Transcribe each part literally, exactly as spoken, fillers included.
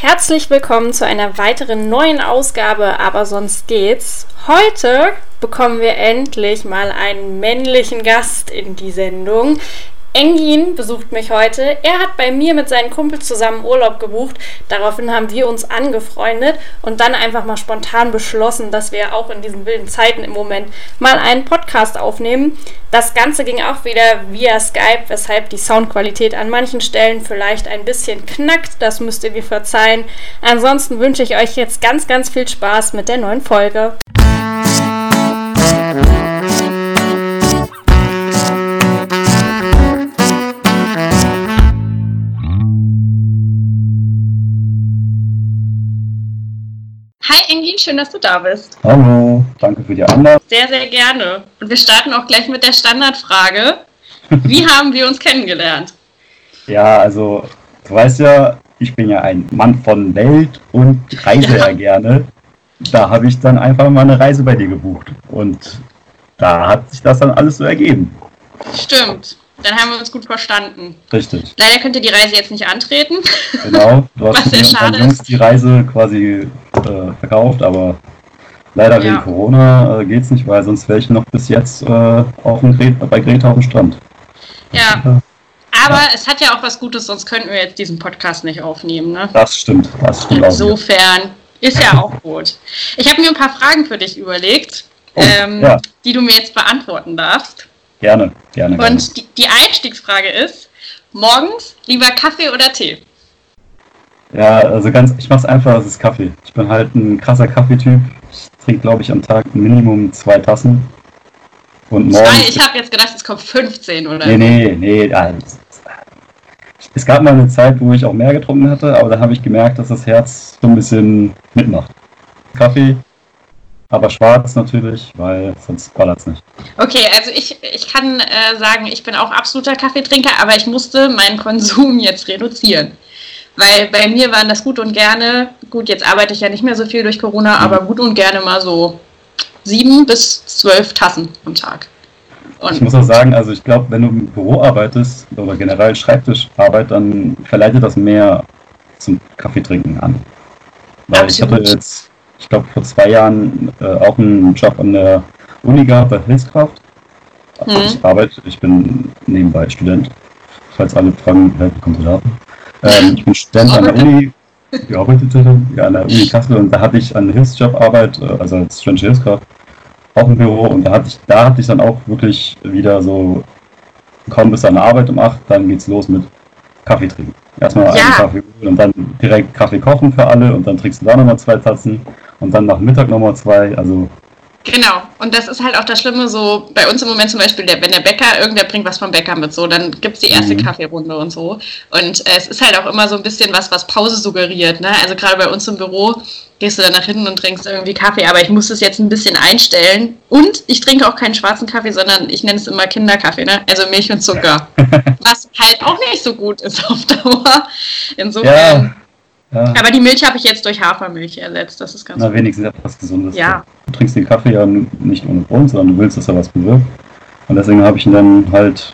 Herzlich willkommen zu einer weiteren neuen Ausgabe Aber sonst geht's. Heute bekommen wir endlich mal einen männlichen Gast in die Sendung. Engin besucht mich heute. Er hat bei mir mit seinen Kumpels zusammen Urlaub gebucht. Daraufhin haben wir uns angefreundet und dann einfach mal spontan beschlossen, dass wir auch in diesen wilden Zeiten im Moment mal einen Podcast aufnehmen. Das Ganze ging auch wieder via Skype, weshalb die Soundqualität an manchen Stellen vielleicht ein bisschen knackt. Das müsst ihr mir verzeihen. Ansonsten wünsche ich euch jetzt ganz, ganz viel Spaß mit der neuen Folge. Hi Engin, schön, dass du da bist. Hallo, danke für die Einladung. Sehr, sehr gerne. Und wir starten auch gleich mit der Standardfrage. Wie haben wir uns kennengelernt? Ja, also du weißt ja, ich bin ja ein Mann von Welt und reise ja, ja gerne. Da habe ich dann einfach mal eine Reise bei dir gebucht. Und da hat sich das dann alles so ergeben. Stimmt. Dann haben wir uns gut verstanden. Richtig. Leider könnt ihr die Reise jetzt nicht antreten. Genau, du hast Was sehr schade Jungs die Reise quasi äh, verkauft, aber leider wegen ja. Corona äh, geht's nicht, weil sonst wäre ich noch bis jetzt äh, auf dem Gret, bei Greta auf dem Strand. Ja, aber ja. Es hat ja auch was Gutes, sonst könnten wir jetzt diesen Podcast nicht aufnehmen, ne? Das stimmt, das stimmt auch. Insofern ist ja auch gut. Ich habe mir ein paar Fragen für dich überlegt, oh, ähm, ja. die du mir jetzt beantworten darfst. Gerne, gerne. gerne. Und die, die Einstiegsfrage ist, morgens lieber Kaffee oder Tee? Ja, also ganz, ich mach's einfach, es ist Kaffee. Ich bin halt ein krasser Kaffeetyp. Ich trinke, glaube ich, am Tag Minimum zwei Tassen. Und morgens... Zwei? Ich habe jetzt gedacht, es kommt fünfzehn oder nee, so. Nee, nee, nee. Es gab mal eine Zeit, wo ich auch mehr getrunken hatte, aber da habe ich gemerkt, dass das Herz so ein bisschen mitmacht. Kaffee, aber schwarz natürlich, weil sonst ballert's nicht. Okay, also ich, ich kann äh, sagen, ich bin auch absoluter Kaffeetrinker, aber ich musste meinen Konsum jetzt reduzieren. Weil bei mir waren das gut und gerne, gut, jetzt arbeite ich ja nicht mehr so viel durch Corona, mhm. aber gut und gerne mal so sieben bis zwölf Tassen am Tag. Und ich muss auch sagen, also ich glaube, wenn du im Büro arbeitest oder generell Schreibtischarbeit, dann verleitet das mehr zum Kaffeetrinken an. Weil Absolut. ich hatte jetzt, ich glaube, vor zwei Jahren äh, auch einen Job an der Uni gehabt bei Hilfskraft. Also mhm. Ich arbeite, ich bin nebenbei Student. Falls alle fragen, wie kommt ihr da? Ähm, ich bin Student an der Uni, gearbeitet ja, an der Uni Kassel und da hatte ich eine Hilfsjobarbeit, also als studentische Hilfskraft, auch im Büro und da hatte ich, da hatte ich dann auch wirklich wieder so, kaum bis an der Arbeit um acht, dann geht's los mit Kaffee trinken. Erstmal ja. einen Kaffee und dann direkt Kaffee kochen für alle und dann trinkst du da nochmal zwei Tassen und dann nach Mittag nochmal zwei, also... Genau, und das ist halt auch das Schlimme, so bei uns im Moment zum Beispiel, der, wenn der Bäcker, irgendwer bringt was vom Bäcker mit, so, dann gibt's die erste mhm. Kaffeerunde und so. Und äh, es ist halt auch immer so ein bisschen was, was Pause suggeriert, ne? Also gerade bei uns im Büro gehst du dann nach hinten und trinkst irgendwie Kaffee, aber ich muss das jetzt ein bisschen einstellen. Und ich trinke auch keinen schwarzen Kaffee, sondern ich nenne es immer Kinderkaffee, ne? Also Milch und Zucker. Was halt auch nicht so gut ist auf Dauer. Insofern... Ja. Ja. Aber die Milch habe ich jetzt durch Hafermilch ersetzt, das ist ganz Na, gut. wenigstens etwas Gesundes. Ja. Du trinkst den Kaffee ja nicht ohne Grund, sondern du willst, dass er was bewirkt. Und deswegen habe ich ihn dann halt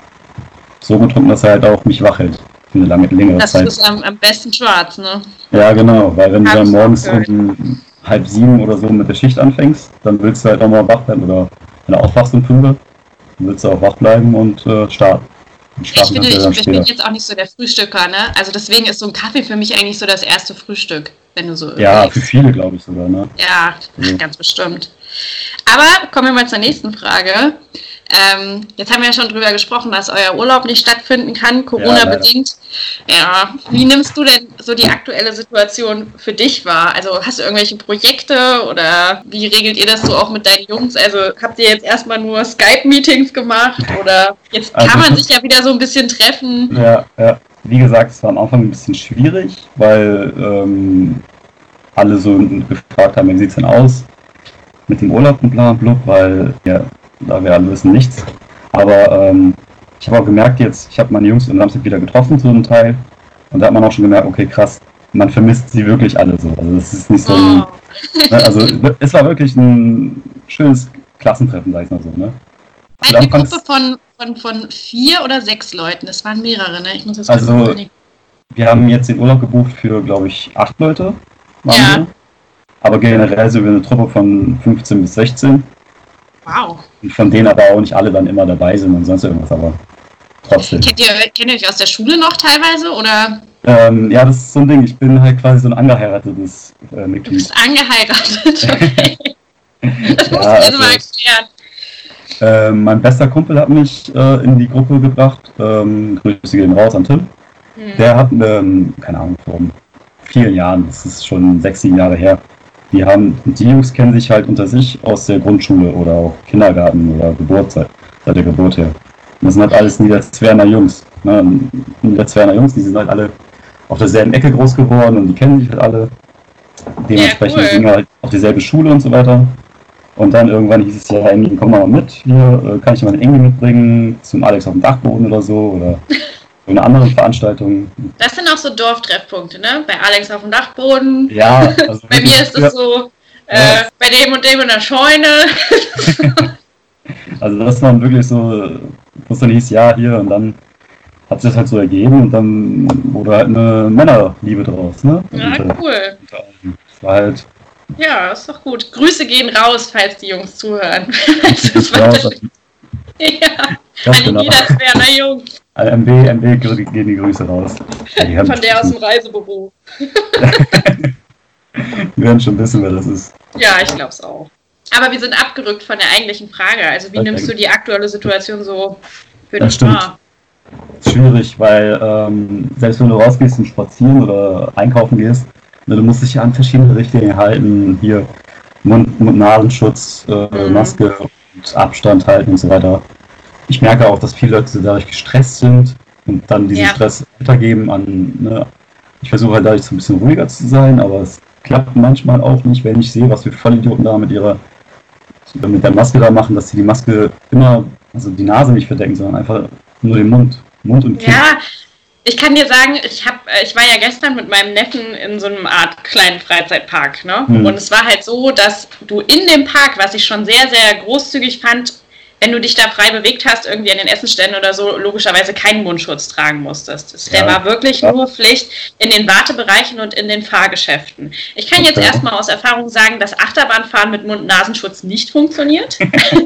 so getrunken, dass er halt auch mich wach hält. Für eine lange, längere das Zeit. Das ist am, am besten schwarz, ne? Ja, genau, weil wenn Hab du dann morgens gehört. um halb sieben oder so mit der Schicht anfängst, dann willst du halt auch mal wach bleiben. Oder wenn du aufwachst um fünf, dann willst du auch wach bleiben und äh, starten. Ich, finde, ich, ich bin jetzt auch nicht so der Frühstücker, ne? Also deswegen ist so ein Kaffee für mich eigentlich so das erste Frühstück, wenn du so Ja, überlegst. für viele glaube ich sogar, ne? Ja, also. Ganz bestimmt. Aber kommen wir mal zur nächsten Frage. Ähm, jetzt haben wir ja schon drüber gesprochen, dass euer Urlaub nicht stattfinden kann, Corona-bedingt. Ja, ja, wie nimmst du denn so die aktuelle Situation für dich wahr? Also hast du irgendwelche Projekte oder wie regelt ihr das so auch mit deinen Jungs? Also habt ihr jetzt erstmal nur Skype-Meetings gemacht oder jetzt kann also, man sich ja wieder so ein bisschen treffen? Ja, ja. Wie gesagt, es war am Anfang ein bisschen schwierig, weil ähm, alle so gefragt haben, wie sieht es denn aus mit dem Urlaub und bla bla, weil ja, da wir alle wissen nichts. Aber ähm, ich habe auch gemerkt jetzt, ich habe meine Jungs am Samstag wieder getroffen, so einen Teil. Und da hat man auch schon gemerkt, okay, krass, man vermisst sie wirklich alle so. Also es ist nicht so ein, oh. ne, also es war wirklich ein schönes Klassentreffen, sag ich mal so. Ne? Eine Gruppe von, von, von vier oder sechs Leuten, es waren mehrere, ne? Ich muss das also wir haben jetzt den Urlaub gebucht für, glaube ich, acht Leute. Ja. Wir. Aber generell sind wir eine Truppe von fünfzehn bis sechzehn. Wow. Und von denen aber auch nicht alle dann immer dabei sind und sonst irgendwas, aber trotzdem. Kennt ihr, kennt ihr euch aus der Schule noch teilweise, oder? Ähm, ja, das ist so ein Ding. Ich bin halt quasi so ein angeheiratetes äh, Mitglied. Du bist angeheiratet, okay. Das musst Ja, du jetzt also, mal erklären. Äh, mein bester Kumpel hat mich äh, in die Gruppe gebracht. Ähm, Grüße gehen raus an Tim. Hm. Der hat, ähm, keine Ahnung, vor vielen Jahren, das ist schon sechs, sieben Jahre her, die haben, die Jungs kennen sich halt unter sich aus der Grundschule oder auch Kindergarten oder Geburt, seit, seit der Geburt her. Und das sind halt alles Niederzwerner Jungs. Ne? Niederzwerner Jungs, die sind halt alle auf derselben Ecke groß geworden und die kennen sich halt alle. Dementsprechend Ja, cool. gingen wir halt auf dieselbe Schule und so weiter. Und dann irgendwann hieß es ja, Engi, komm mal mit, hier äh, kann ich mal den Engi mitbringen zum Alex auf dem Dachboden oder so oder so eine andere Veranstaltung. Das sind auch so Dorftreffpunkte, ne? Bei Alex auf dem Dachboden. Ja, also bei mir ist es so, äh, ja. bei dem und dem in der Scheune. Also das war wirklich so, wo es dann hieß, ja, hier und dann hat sich das halt so ergeben und dann wurde halt eine Männerliebe draus, ne? Ja, und, cool. Das war halt... Ja, ist doch gut. Grüße gehen raus, falls die Jungs zuhören. raus, ja, das an die genau. Niederzwerner Jungs. M B, M B gehen die Grüße raus. Ja, von der aus dem Reisebüro. Wir werden schon wissen, wer das ist. Ja, ich glaube es auch. Aber wir sind abgerückt von der eigentlichen Frage. Also wie das nimmst du die aktuelle Situation so für das dich stimmt. wahr? Schwierig, weil ähm, selbst wenn du rausgehst und spazieren oder einkaufen gehst, ne, du musst dich ja an verschiedene Richtlinien halten. Hier Mund- und Nasenschutz, äh, mhm. Maske und Abstand halten und so weiter. Ich merke auch, dass viele Leute dadurch gestresst sind und dann diesen ja. Stress weitergeben an... Ne, ich versuche halt dadurch so ein bisschen ruhiger zu sein, aber es klappt manchmal auch nicht, wenn ich sehe, was für Vollidioten da mit ihrer mit der Maske da machen, dass sie die Maske immer, also die Nase nicht verdecken, sondern einfach nur den Mund, Mund und Kinn. Ja, ich kann dir sagen, ich hab, ich war ja gestern mit meinem Neffen in so einem Art kleinen Freizeitpark, ne? Hm. Und es war halt so, dass du in dem Park, was ich schon sehr, sehr großzügig fand, wenn du dich da frei bewegt hast, irgendwie an den Essensständen oder so, logischerweise keinen Mundschutz tragen musstest. Das, der ja. war wirklich ja. nur Pflicht in den Wartebereichen und in den Fahrgeschäften. Ich kann okay. jetzt erstmal aus Erfahrung sagen, dass Achterbahnfahren mit Mund-Nasenschutz nicht funktioniert.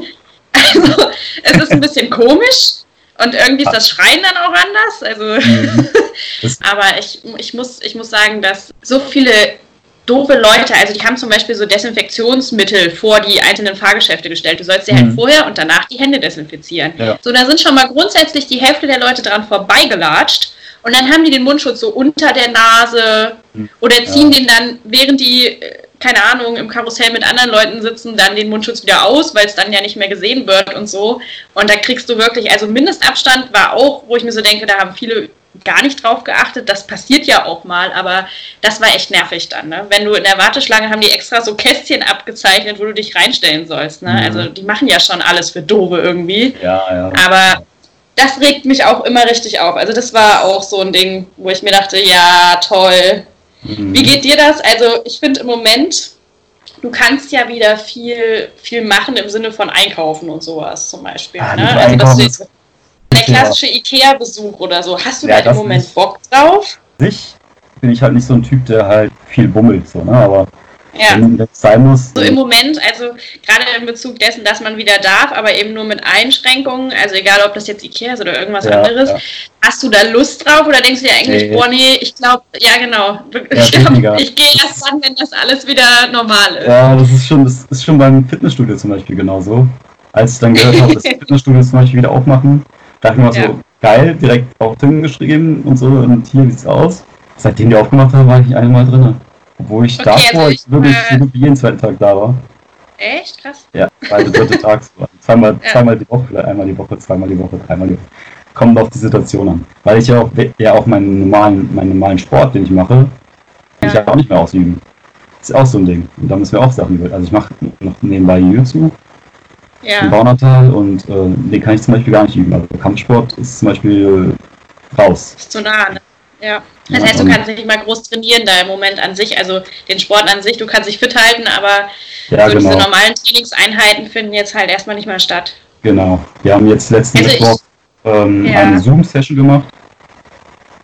Also, es ist ein bisschen komisch. Und irgendwie ist das Schreien dann auch anders. Also, mhm. aber ich, ich, muss, ich muss sagen, dass so viele doofe Leute, also die haben zum Beispiel so Desinfektionsmittel vor die einzelnen Fahrgeschäfte gestellt. Du sollst dir halt mhm. vorher und danach die Hände desinfizieren. Ja. So, da sind schon mal grundsätzlich die Hälfte der Leute dran vorbeigelatscht und dann haben die den Mundschutz so unter der Nase mhm. oder ziehen ja. den dann, während die, keine Ahnung, im Karussell mit anderen Leuten sitzen, dann den Mundschutz wieder aus, weil es dann ja nicht mehr gesehen wird und so. Und da kriegst du wirklich, also Mindestabstand war auch, wo ich mir so denke, da haben viele gar nicht drauf geachtet, das passiert ja auch mal, aber das war echt nervig dann, ne? Wenn du in der Warteschlange haben die extra so Kästchen abgezeichnet, wo du dich reinstellen sollst, ne? Mhm. Also die machen ja schon alles für Doofe irgendwie. Ja, ja. Aber das regt mich auch immer richtig auf. Also das war auch so ein Ding, wo ich mir dachte, ja, toll. Mhm. Wie geht dir das? Also ich finde im Moment, du kannst ja wieder viel, viel machen im Sinne von Einkaufen und sowas zum Beispiel, ja, ne? Also dass du jetzt der klassische Ikea-Besuch oder so. Hast du ja, da im Moment nicht. Bock drauf? Ich bin ich halt nicht so ein Typ, der halt viel bummelt, so, ne? Aber ja. wenn das sein muss. So im Moment, also gerade in Bezug dessen, dass man wieder darf, aber eben nur mit Einschränkungen, also egal ob das jetzt Ikea ist oder irgendwas ja, anderes, ja. hast du da Lust drauf oder denkst du dir eigentlich, nee. boah, nee, ich glaube, ja genau, ja, ich, glaub, ich gehe erst dann, wenn das alles wieder normal ist. Ja, das ist schon, das ist schon beim Fitnessstudio zum Beispiel genauso. Als ich dann gehört habe, dass die Fitnessstudios zum Beispiel wieder aufmachen, dachte ich mir ja. so, geil, direkt auch drin geschrieben und so, und hier sieht's aus. Seitdem die aufgemacht haben, war ich nicht einmal drin. Obwohl ich okay, davor also ich, wirklich äh, jeden zweiten Tag da war. Echt? Krass. Ja, zweite, dritte Tag. Zweimal, ja. zweimal die Woche, vielleicht einmal die Woche, zweimal die Woche, dreimal die Woche. Kommt auf die Situation an. Weil ich ja auch, ja auch meinen normalen, meinen normalen Sport, den ich mache, kann ja. ich ja auch nicht mehr ausüben. Das ist auch so ein Ding. Und da müssen wir auch Sachen über. Also ich mache noch nebenbei Jiu-Jitsu. Ja. Im Baunatal und äh, den kann ich zum Beispiel gar nicht üben. Also Kampfsport ist zum Beispiel äh, raus. Ist zu nah, ne? Ja. Das ja, heißt, du kannst nicht mal groß trainieren da im Moment an sich, also den Sport an sich, du kannst dich fit halten, aber ja, so genau. diese normalen Trainingseinheiten finden jetzt halt erstmal nicht mal statt. Genau. Wir haben jetzt letzten also Mittwoch ähm, ja. eine Zoom-Session gemacht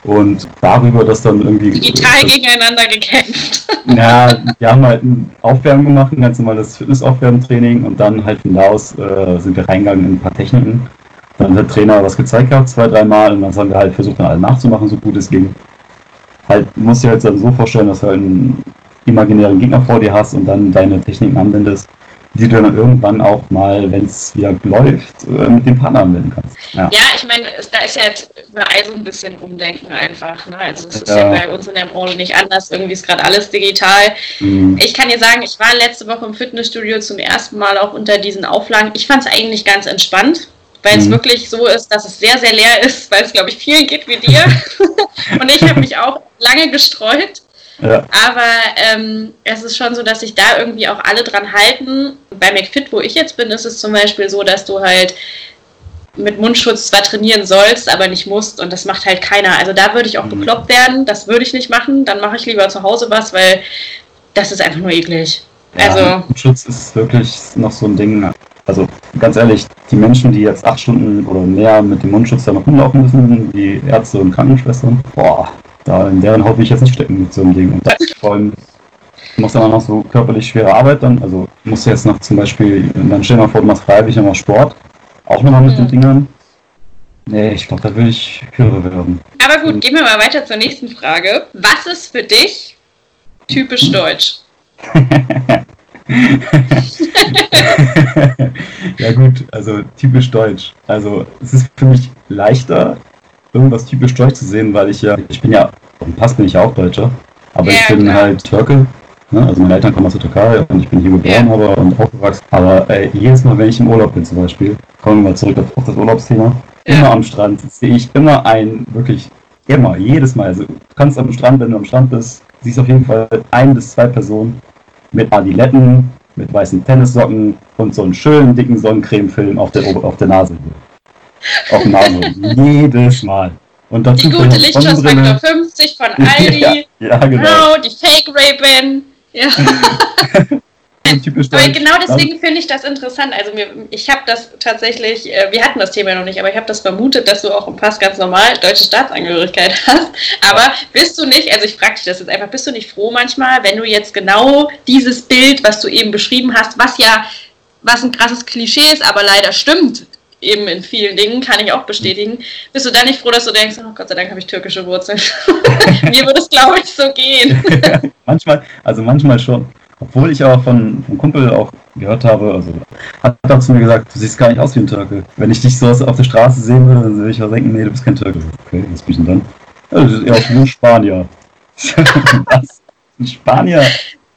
Und darüber, dass dann irgendwie... Digital das, gegeneinander gekämpft. Ja, wir haben halt ein Aufwärmen gemacht, ein ganz normales Fitnessaufwärmtraining und dann halt von da aus äh, sind wir reingegangen in ein paar Techniken. Dann hat der Trainer was gezeigt gehabt, zwei, dreimal und dann haben wir halt versucht, dann alle nachzumachen, so gut es ging. Halt, musst du dir halt dann so vorstellen, dass du halt einen imaginären Gegner vor dir hast und dann deine Techniken anwendest, die du dann irgendwann auch mal, wenn es wieder läuft, mit dem Partner anwenden kannst. Ja, ja, ich meine, da ist ja jetzt überall so ein bisschen Umdenken einfach. Ne? Also es ist ja. ja bei uns in der Branche nicht anders. Irgendwie ist gerade alles digital. Mhm. Ich kann dir sagen, ich war letzte Woche im Fitnessstudio zum ersten Mal auch unter diesen Auflagen. Ich fand es eigentlich ganz entspannt, weil es mhm. wirklich so ist, dass es sehr, sehr leer ist, weil es, glaube ich, vielen geht wie dir. Und ich habe mich auch lange gesträubt. Ja. Aber ähm, es ist schon so, dass sich da irgendwie auch alle dran halten. Bei McFit, wo ich jetzt bin, ist es zum Beispiel so, dass du halt mit Mundschutz zwar trainieren sollst, aber nicht musst und das macht halt keiner. Also da würde ich auch mhm. bekloppt werden, das würde ich nicht machen. Dann mache ich lieber zu Hause was, weil das ist einfach nur eklig. Ja, also Mundschutz ist wirklich noch so ein Ding. Also ganz ehrlich, die Menschen, die jetzt acht Stunden oder mehr mit dem Mundschutz da noch rumlaufen müssen, die Ärzte und Krankenschwestern, boah, da in deren Haut will ich jetzt nicht stecken mit so einem Ding. Und vor allem musst du dann auch noch so körperlich schwere Arbeit dann, also musst du jetzt noch zum Beispiel, dann stell dir mal vor, du machst freiwillig nochmal Sport, auch nochmal mit mhm. den Dingern. Nee, ich glaube, da will ich höher werden. Aber gut, gehen wir mal weiter zur nächsten Frage. Was ist für dich typisch deutsch? Ja gut, also typisch deutsch. Also es ist für mich leichter, irgendwas typisch deutsch zu sehen, weil ich ja, ich bin ja, auf dem Pass bin ich ja auch Deutscher, aber ja, ich bin klar. halt Türke, ne? Also meine Eltern kommen aus der Türkei und ich bin hier geboren ja. aber und aufgewachsen. Aber äh, jedes Mal, wenn ich im Urlaub bin zum Beispiel, kommen wir mal zurück auf das Urlaubsthema, ja. immer am Strand sehe ich immer ein, wirklich immer, jedes Mal. Also du kannst am Strand, wenn du am Strand bist, siehst auf jeden Fall ein bis zwei Personen mit Adiletten, mit weißen Tennissocken und so einen schönen dicken Sonnencremefilm auf der, auf der Nase. Auf der Nase. Jedes Mal. Und dazu die gute Lichtschutzfaktor fünfzig von Aldi. ja, ja, genau. Oh, die Fake Ray-Ban. Ja. Typisch aber genau deswegen finde ich das interessant. Also mir, ich habe das tatsächlich, äh, wir hatten das Thema noch nicht, aber ich habe das vermutet, dass du auch im Pass ganz normal deutsche Staatsangehörigkeit hast. Aber bist du nicht, also ich frage dich das jetzt einfach, bist du nicht froh manchmal, wenn du jetzt genau dieses Bild, was du eben beschrieben hast, was ja, was ein krasses Klischee ist, aber leider stimmt, eben in vielen Dingen, kann ich auch bestätigen, bist du da nicht froh, dass du denkst, oh Gott sei Dank habe ich türkische Wurzeln. Mir würde es, glaube ich, so gehen. manchmal, also manchmal schon. Obwohl ich aber von einem Kumpel auch gehört habe, also hat er zu mir gesagt, du siehst gar nicht aus wie ein Türke. Wenn ich dich so auf der Straße sehen würde, dann würde ich auch denken, nee, du bist kein Türke. Okay, was bin ich denn dann? Ja, du bist eher aus wie ein Spanier. Was? Ein Spanier?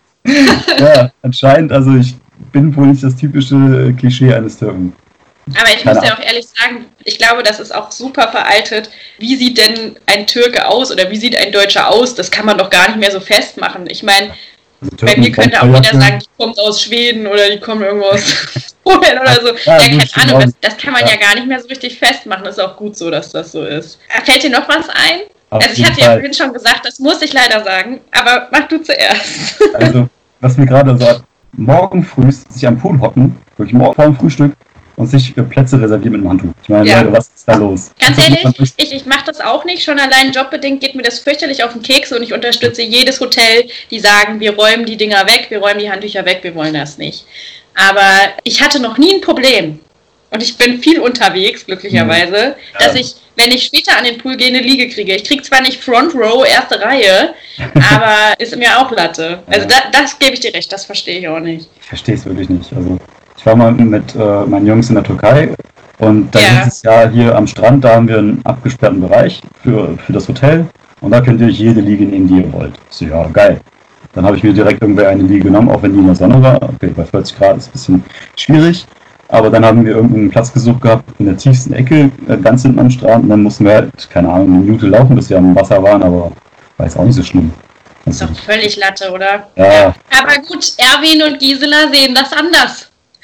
Ja, anscheinend, also ich bin wohl nicht das typische Klischee eines Türken. Aber ich muss ja auch ehrlich sagen, ich glaube, das ist auch super veraltet. Wie sieht denn ein Türke aus oder wie sieht ein Deutscher aus? Das kann man doch gar nicht mehr so festmachen. Ich meine, also bei mir könnte auch jeder sagen, die kommt aus Schweden oder die kommt irgendwo aus Polen oder so. Ja, ja keine Ahnung, das, das kann man ja. ja gar nicht mehr so richtig festmachen. Das ist auch gut so, dass das so ist. Fällt dir noch was ein? Auf also ich hatte Fall. ja vorhin schon gesagt, das muss ich leider sagen, aber mach du zuerst. Also, was mir gerade sagt, morgen früh sich am Pool hocken, wirklich morgen vor dem Frühstück, und sich Plätze reservieren mit dem Handtuch. Ich meine, ja. Leute, was ist da los? Ganz ehrlich, ich, ich mache das auch nicht. Schon allein jobbedingt geht mir das fürchterlich auf den Keks und ich unterstütze jedes Hotel, die sagen, wir räumen die Dinger weg, wir räumen die Handtücher weg, wir wollen das nicht. Aber ich hatte noch nie ein Problem. Und ich bin viel unterwegs, glücklicherweise, ja. dass ich, wenn ich später an den Pool gehe, eine Liege kriege. Ich kriege zwar nicht Front Row, erste Reihe, aber ist mir auch Latte. Also ja. da, das gebe ich dir recht, das verstehe ich auch nicht. Ich verstehe es wirklich nicht. Also ich war mal mit äh, meinen Jungs in der Türkei und da ja. dieses Jahr hier am Strand, da haben wir einen abgesperrten Bereich für, für das Hotel und da könnt ihr euch jede Liege nehmen, die ihr wollt. So, ja, geil. Dann habe ich mir direkt irgendwer eine Liege genommen, auch wenn die in der Sonne war. Okay, bei vierzig Grad ist ein bisschen schwierig, aber dann haben wir irgendeinen Platz gesucht gehabt in der tiefsten Ecke, ganz hinten am Strand und dann mussten wir halt, keine Ahnung, eine Minute laufen, bis wir am Wasser waren, aber war jetzt auch nicht so schlimm. Das ist doch völlig Latte, oder? Ja. Aber gut, Erwin und Gisela sehen das anders.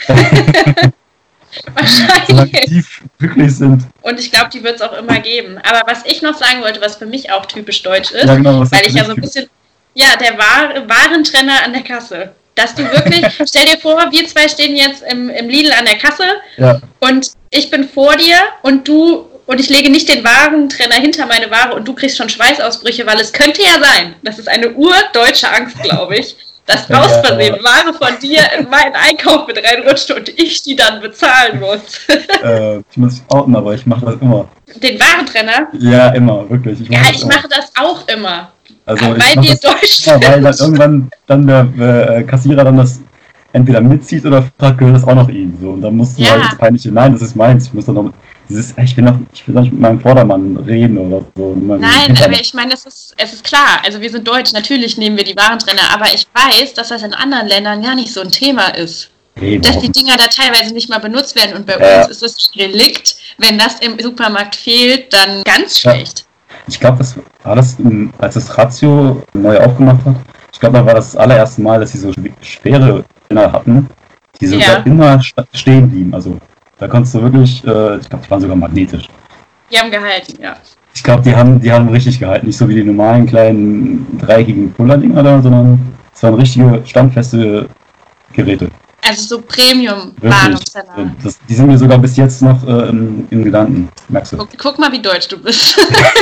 Wahrscheinlich. Die wirklich sind. Und ich glaube, die wird es auch immer geben. Aber was ich noch sagen wollte, was für mich auch typisch deutsch ist, ja, genau, weil ich ja so ein bisschen, ja, der War- Warentrenner an der Kasse. Dass du wirklich, stell dir vor, wir zwei stehen jetzt im, im Lidl an der Kasse ja. und ich bin vor dir und du und ich lege nicht den Warentrenner hinter meine Ware und du kriegst schon Schweißausbrüche, weil es könnte ja sein, das ist eine urdeutsche Angst, glaube ich, dass aus Versehen Ware von dir in meinen Einkauf mit reinrutscht und ich die dann bezahlen muss. äh, ich muss mich outen, aber ich mache das immer. Den Warentrenner? Ja, immer, wirklich. Ich ja, ich immer. mache das auch immer. Also weil wir Deutsch sind. Ja, weil dann irgendwann dann der äh, Kassierer dann das entweder mitzieht oder fragt, gehört das auch noch ihm. So, und dann musst du ja. halt das peinliche, nein, das ist meins. Ich muss dann noch dieses, ich will noch, ich will noch nicht mit meinem Vordermann reden oder so. Nein, aber ich meine, es ist, es ist klar, also wir sind deutsch, natürlich nehmen wir die Warentrenner, aber ich weiß, dass das in anderen Ländern gar nicht so ein Thema ist. Hey, dass die Dinger da teilweise nicht mal benutzt werden und bei ja. uns ist es ein Relikt, wenn das im Supermarkt fehlt, dann ganz schlecht. Ja. Ich glaube, das war das, als das Ratio neu aufgemacht hat, ich glaube, da war das allererste Mal, dass sie so schwere Dinger hatten, die sogar ja. immer stehen blieben, also da konntest du wirklich, äh, ich glaube, die waren sogar magnetisch. Die haben gehalten, ja. Ich glaube, die haben, die haben richtig gehalten. Nicht so wie die normalen kleinen dreieckigen Puller-Dinger da, sondern es waren richtige, standfeste Geräte. Also so Premium-Warentrenner. Die sind mir sogar bis jetzt noch äh, im, im Gedanken, merkst du. Guck, guck mal, wie deutsch du bist.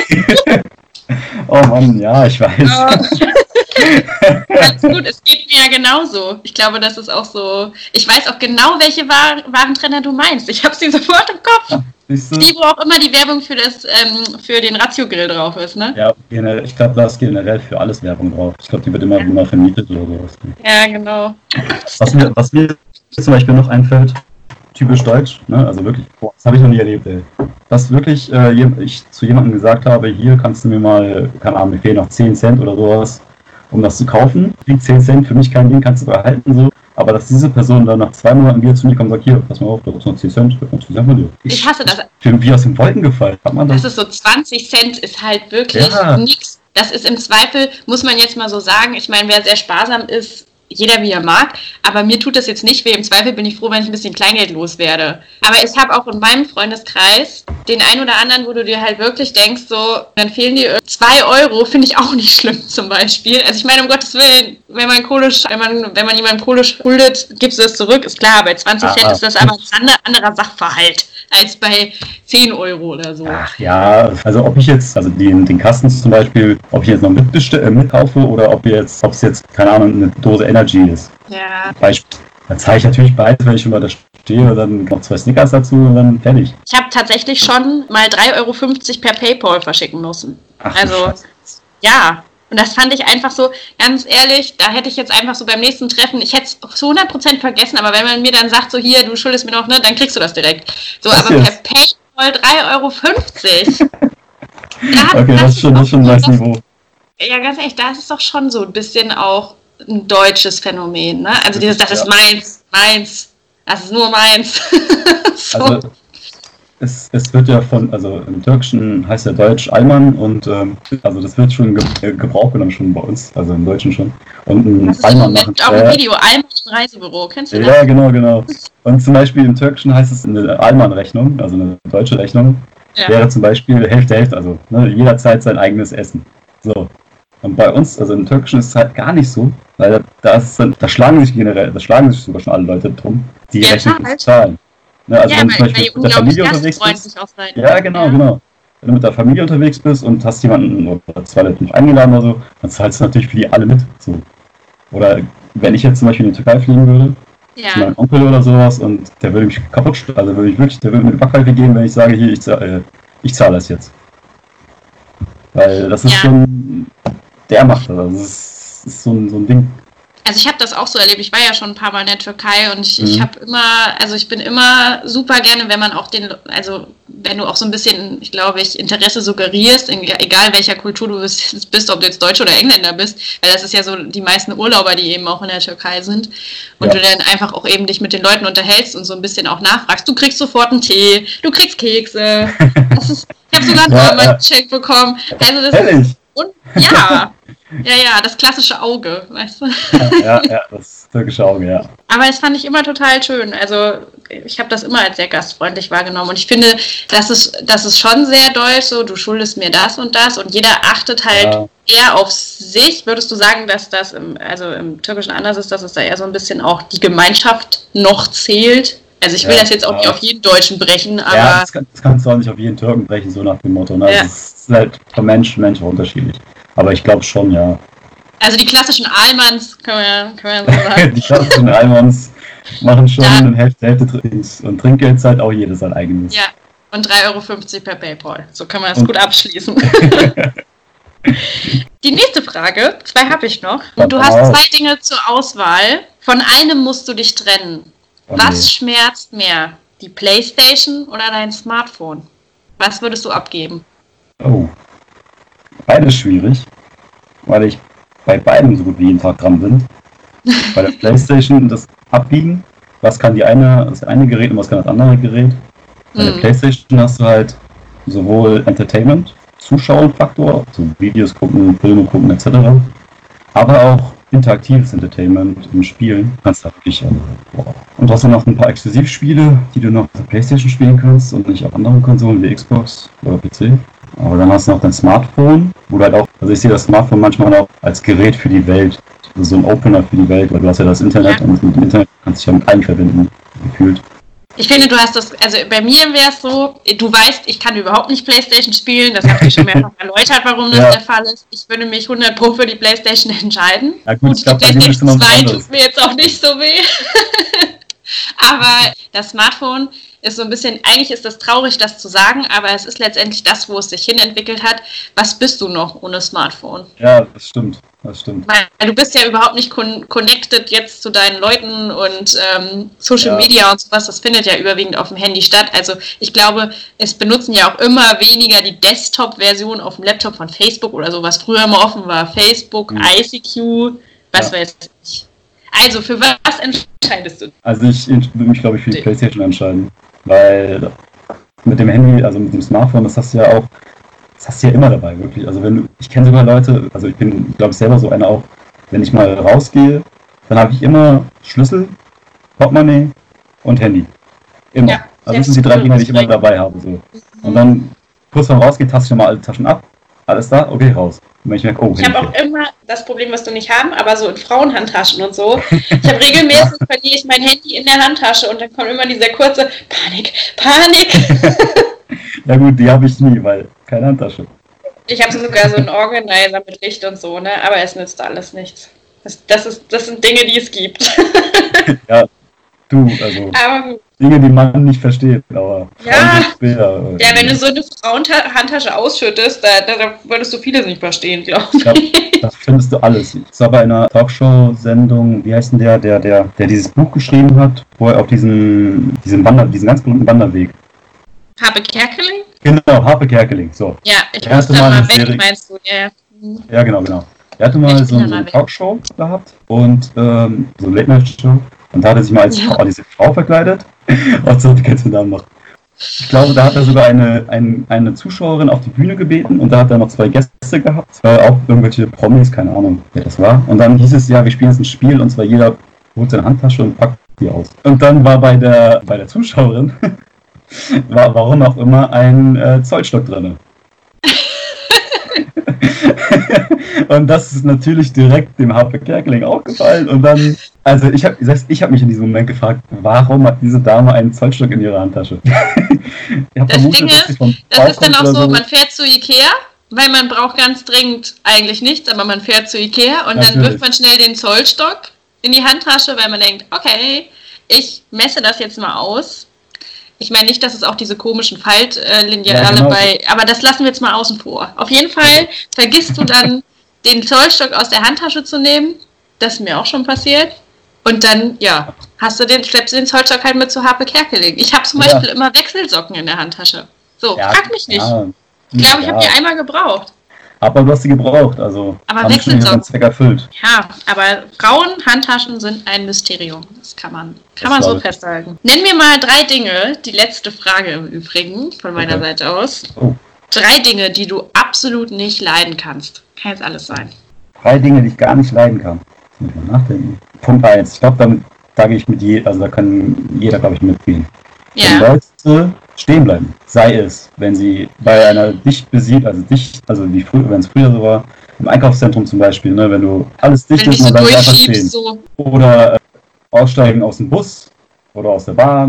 Oh Mann, ja, ich weiß. Oh. Alles gut, es geht mir ja genauso. Ich glaube, das ist auch so. Ich weiß auch genau, welche War- Warentrenner du meinst. Ich habe sie sofort im Kopf. Ja, die, wo auch immer die Werbung für, das, ähm, für den Ratio-Grill drauf ist, ne? Ja, generell, ich glaube, da ist generell für alles Werbung drauf. Ich glaube, die wird immer, ja. immer vermietet oder sowas. Ja, genau. Was mir, was mir zum Beispiel noch einfällt, typisch deutsch, ne? Also wirklich, boah, das habe ich noch nie erlebt, ey. Dass wirklich äh, ich zu jemandem gesagt habe, hier kannst du mir mal, keine Ahnung, mir fehlen noch zehn Cent oder sowas, um das zu kaufen. Die zehn Cent für mich kein Ding, kannst du behalten, so. Aber dass diese Person dann nach zwei Monaten wieder zu mir kommt und sagt, hier, pass mal auf, da ist noch zehn Cent, da kommst du sagen wir dir. Ich, ich hasse das. Ich bin wie aus den Wolken gefallen. Hat man das? Das ist so zwanzig Cent ist halt wirklich ja. nichts. Das ist im Zweifel, muss man jetzt mal so sagen, ich meine, wer sehr sparsam ist, jeder wie er mag, aber mir tut das jetzt nicht weh. Im Zweifel bin ich froh, wenn ich ein bisschen Kleingeld loswerde. Aber ich habe auch in meinem Freundeskreis den einen oder anderen, wo du dir halt wirklich denkst, so, dann fehlen dir zwei Euro, finde ich auch nicht schlimm zum Beispiel. Also ich meine, um Gottes Willen, wenn man Kohle, wenn man, wenn man jemandem Kohle schuldet, gibst du das zurück, ist klar. Bei zwanzig Cent ist das aber ein anderer Sachverhalt als bei zehn Euro oder so. Ach ja, also ob ich jetzt, also den, den Kasten zum Beispiel, ob ich jetzt noch mitbestell, äh, mitkaufe oder ob jetzt, ob es jetzt, keine Ahnung, eine Dose Energy ist. Ja. Beispiel. Dann zahle ich natürlich beides, wenn ich schon mal da stehe und dann noch zwei Snickers dazu und dann fertig. Ich habe tatsächlich schon mal drei Euro fünfzig per PayPal verschicken müssen. Ach, also, ja. Und das fand ich einfach so, ganz ehrlich, da hätte ich jetzt einfach so beim nächsten Treffen, ich hätte es zu hundert Prozent vergessen, aber wenn man mir dann sagt, so hier, du schuldest mir noch, ne, dann kriegst du das direkt. So, das aber per PayPal drei Euro fünfzig. Da okay, das, das ist schon, das schon ein neues Niveau. Ja, ganz ehrlich, das ist doch schon so ein bisschen auch ein deutsches Phänomen, ne? Also dieses, das ist meins, meins, das ist nur meins. So. Also, es, es wird ja von, also im Türkischen heißt ja Deutsch Alman und ähm, also das wird schon ge- Gebrauch genommen schon bei uns, also im Deutschen schon. Und ein das ist Alman machen. Auch ein Video, Alman im Reisebüro, kennst du das? Ja, genau, genau. Und zum Beispiel im Türkischen heißt es eine Alman-Rechnung, also eine deutsche Rechnung, ja. wäre zum Beispiel Hälfte, Hälfte, also ne, jederzeit sein eigenes Essen. So. Und bei uns, also im Türkischen ist es halt gar nicht so, weil da, da, ist, da schlagen sich generell, da schlagen sich sogar schon alle Leute drum, die ja, Rechnung zu zahlen. Ne, also ja, wenn du zum Beispiel weil mit der Familie unterwegs bist. Auch sein. Ja, genau, ja. genau. Wenn du mit der Familie unterwegs bist und hast jemanden oder zwei Leute nicht eingeladen oder so, dann zahlst du natürlich für die alle mit. So. Oder wenn ich jetzt zum Beispiel in die Türkei fliegen würde, ja. zu meinem Onkel oder sowas, und der würde mich kaputt, also würde ich wirklich, der würde mir eine Backpfeife geben, wenn ich sage, hier, ich zahle, äh, ich zahle das jetzt. Weil das ist ja. schon, der macht das, das ist, das ist so, ein, so ein Ding. Also ich habe das auch so erlebt, ich war ja schon ein paar Mal in der Türkei und ich, mhm. ich habe immer, also ich bin immer super gerne, wenn man auch den, also wenn du auch so ein bisschen, ich glaube, ich Interesse suggerierst, in, egal welcher Kultur du bist, bist, ob du jetzt Deutscher oder Engländer bist, weil das ist ja so die meisten Urlauber, die eben auch in der Türkei sind und ja. du dann einfach auch eben dich mit den Leuten unterhältst und so ein bisschen auch nachfragst. Du kriegst sofort einen Tee, du kriegst Kekse, das ist, ich habe sogar einen ja, Dolmetsch-Check ja. bekommen. Also das Ehrlich? ist, und, ja. Ja, ja, das klassische Auge, weißt du? Ja, ja, ja, das türkische Auge, ja. Aber das fand ich immer total schön. Also ich habe das immer als sehr gastfreundlich wahrgenommen. Und ich finde, das ist, das ist schon sehr deutsch, so du schuldest mir das und das. Und jeder achtet halt ja. eher auf sich. Würdest du sagen, dass das im, also im Türkischen anders ist, dass es da eher so ein bisschen auch die Gemeinschaft noch zählt? Also ich will ja, das jetzt auch nicht auf jeden Deutschen brechen, aber... Ja, das, kann, das kannst du auch nicht auf jeden Türken brechen, so nach dem Motto. Ne? Ja. Das ist halt von Mensch zu Mensch unterschiedlich. Aber ich glaube schon, ja. Also die klassischen Almans, können wir, können wir so sagen. Die klassischen Almans machen schon Ja. eine Hälfte, Hälfte Drinks. Und Trinkgeld zahlt auch jeder sein eigenes. Ja, und drei Euro fünfzig per PayPal. So können wir das Und- gut abschließen. Die nächste Frage, zwei habe ich noch. Komm, Und du komm hast auf. zwei Dinge zur Auswahl. Von einem musst du dich trennen. Oh, Was nee. schmerzt mehr? Die Playstation oder dein Smartphone? Was würdest du abgeben? Oh. Beides schwierig, weil ich bei beiden so gut wie jeden Tag dran bin. Bei der Playstation das Abbiegen, was kann die eine, das eine Gerät und was kann das andere Gerät. Bei der Hm. Playstation hast du halt sowohl Entertainment, Zuschauerfaktor, so Videos gucken, Filme gucken et cetera. Aber auch interaktives Entertainment im Spielen. Kannst du da wirklich, also, boah. Und hast du noch ein paar Exklusivspiele, die du noch auf der Playstation spielen kannst und nicht auf anderen Konsolen wie Xbox oder P C. Aber dann hast du noch dein Smartphone, wo du halt auch, also ich sehe das Smartphone manchmal auch als Gerät für die Welt, also so ein Opener für die Welt, weil du hast ja das Internet Ja. und mit dem Internet kannst du dich ja mit allem verbinden, gefühlt. Ich finde, du hast das, also bei mir wäre es so, du weißt, ich kann überhaupt nicht Playstation spielen, das habe ich schon mehrfach erläutert, warum das Ja. der Fall ist. Ich würde mich hundert Pro für die Playstation entscheiden. Ja gut, ich die glaube, bei dir ist es Playstation noch was zwei anderes. tut mir jetzt auch nicht so weh. Aber das Smartphone ist so ein bisschen, eigentlich ist das traurig, das zu sagen, aber es ist letztendlich das, wo es sich hinentwickelt hat. Was bist du noch ohne Smartphone? Ja, das stimmt, das stimmt. Weil du bist ja überhaupt nicht con- connected jetzt zu deinen Leuten und ähm, Social Ja. Media und sowas, das findet ja überwiegend auf dem Handy statt. Also ich glaube, es benutzen ja auch immer weniger die Desktop-Version auf dem Laptop von Facebook oder so, was früher immer offen war. Facebook, Mhm. I C Q, was Ja. weiß ich. Also für was entscheidest du? Also ich würde mich, glaube ich, für die Playstation entscheiden. Weil mit dem Handy, also mit dem Smartphone, das hast du ja auch, das hast du ja immer dabei, wirklich. Also wenn du, ich kenne sogar Leute, also ich bin, glaube ich, selber so einer auch, wenn ich mal rausgehe, dann habe ich immer Schlüssel, Portemonnaie und Handy. Immer. Ja, also das sind die drei Dinge, die ich immer dabei habe. So. Und dann kurz vorm Rausgehen, taste ich nochmal alle Taschen ab, alles da, okay, raus. Und wenn ich merke, oh, Ich habe Handy. auch immer das Problem, was du nicht haben, aber so in Frauenhandtaschen und so. Ich habe regelmäßig verliere ich mein Handy in der Handtasche und dann kommt immer dieser kurze Panik, Panik. Ja gut, die habe ich nie, weil keine Handtasche. Ich habe sogar so einen Organizer mit Licht und so, ne? Aber es nützt alles nichts. Das, das, ist, das sind Dinge, die es gibt. Ja, du, also Aber gut. Dinge, die man nicht versteht, aber Ja. Bilder. Ja, wenn du so eine Frauenhandtasche ausschüttest, da, da, da würdest du vieles nicht verstehen, glaube ich. Ja, das findest du alles. Ich war bei einer Talkshow-Sendung, wie heißt denn der, der, der, der dieses Buch geschrieben hat, wo er auf diesen, diesen Wander, diesen ganz berühmten Wanderweg. Habe Kerkeling? Genau, Harpe Kerkeling, so. Ja, ich Er muss hatte da mal mal eine weg, Serie- meinst du? Ja. Mhm. Ja, genau, genau. Er hatte mal Ich so, bin so da eine mal weg. Talkshow gehabt und ähm, so eine Late-Night-Show und da hat er sich mal als Ja. Frau, diese Frau verkleidet. Und so, die kannst du da machen. Ich glaube, da hat er sogar eine, ein, eine Zuschauerin auf die Bühne gebeten und da hat er noch zwei Gäste gehabt, äh, auch irgendwelche Promis, keine Ahnung, wer das war. Und dann hieß es, ja, wir spielen jetzt ein Spiel und zwar jeder holt seine Handtasche und packt die aus. Und dann war bei der, bei der Zuschauerin, war warum auch immer, ein äh, Zollstock drin. Und das ist natürlich direkt dem Harpe Kerkeling aufgefallen und dann, also ich habe ich hab mich in diesem Moment gefragt, warum hat diese Dame einen Zollstock in ihrer Handtasche? Ich hab Das vermutet, Ding dass ist, sie vom Das Bauch ist dann kommt auch oder so, man fährt zu Ikea, weil man braucht ganz dringend eigentlich nichts, aber man fährt zu Ikea und dann Natürlich. wirft man schnell den Zollstock in die Handtasche, weil man denkt, okay, ich messe das jetzt mal aus. Ich meine nicht, dass es auch diese komischen Faltlineale Ja, genau. bei, aber das lassen wir jetzt mal außen vor. Auf jeden Fall vergisst du dann, den Zollstock aus der Handtasche zu nehmen. Das ist mir auch schon passiert. Und dann, ja, hast du den, schleppst du den Zollstock halt mit zu Harpe Kerkeling. Ich habe zum Ja. Beispiel immer Wechselsocken in der Handtasche. So, Ja, frag mich nicht. ja, Ich glaube, ich ja. habe die einmal gebraucht. Aber du hast sie gebraucht, also Aber haben schon ihren Wechselsocken. Zweck erfüllt. Ja, aber Frauen-Handtaschen sind ein Mysterium. Das kann man, kann Das man so glaub ich. festhalten. Nenn mir mal drei Dinge, die letzte Frage im Übrigen von meiner Okay. Seite aus. Oh, Drei Dinge, die du absolut nicht leiden kannst. Kann jetzt alles sein. drei Dinge, die ich gar nicht leiden kann. Muss ich mal nachdenken. Punkt eins. Ich glaube, damit da gehe ich mit je, also da kann jeder, glaube ich, mitgehen. Wenn Ja. Leute stehen bleiben, sei es, wenn sie bei einer dicht besiedelt, also dicht, also wie früher, wenn es früher so war, im Einkaufszentrum zum Beispiel, ne, wenn du alles dicht Wenn du ist dich und so dann bleibst du einfach stehen. durchschiebst, so. Oder äh, aussteigen aus dem Bus oder aus der Bahn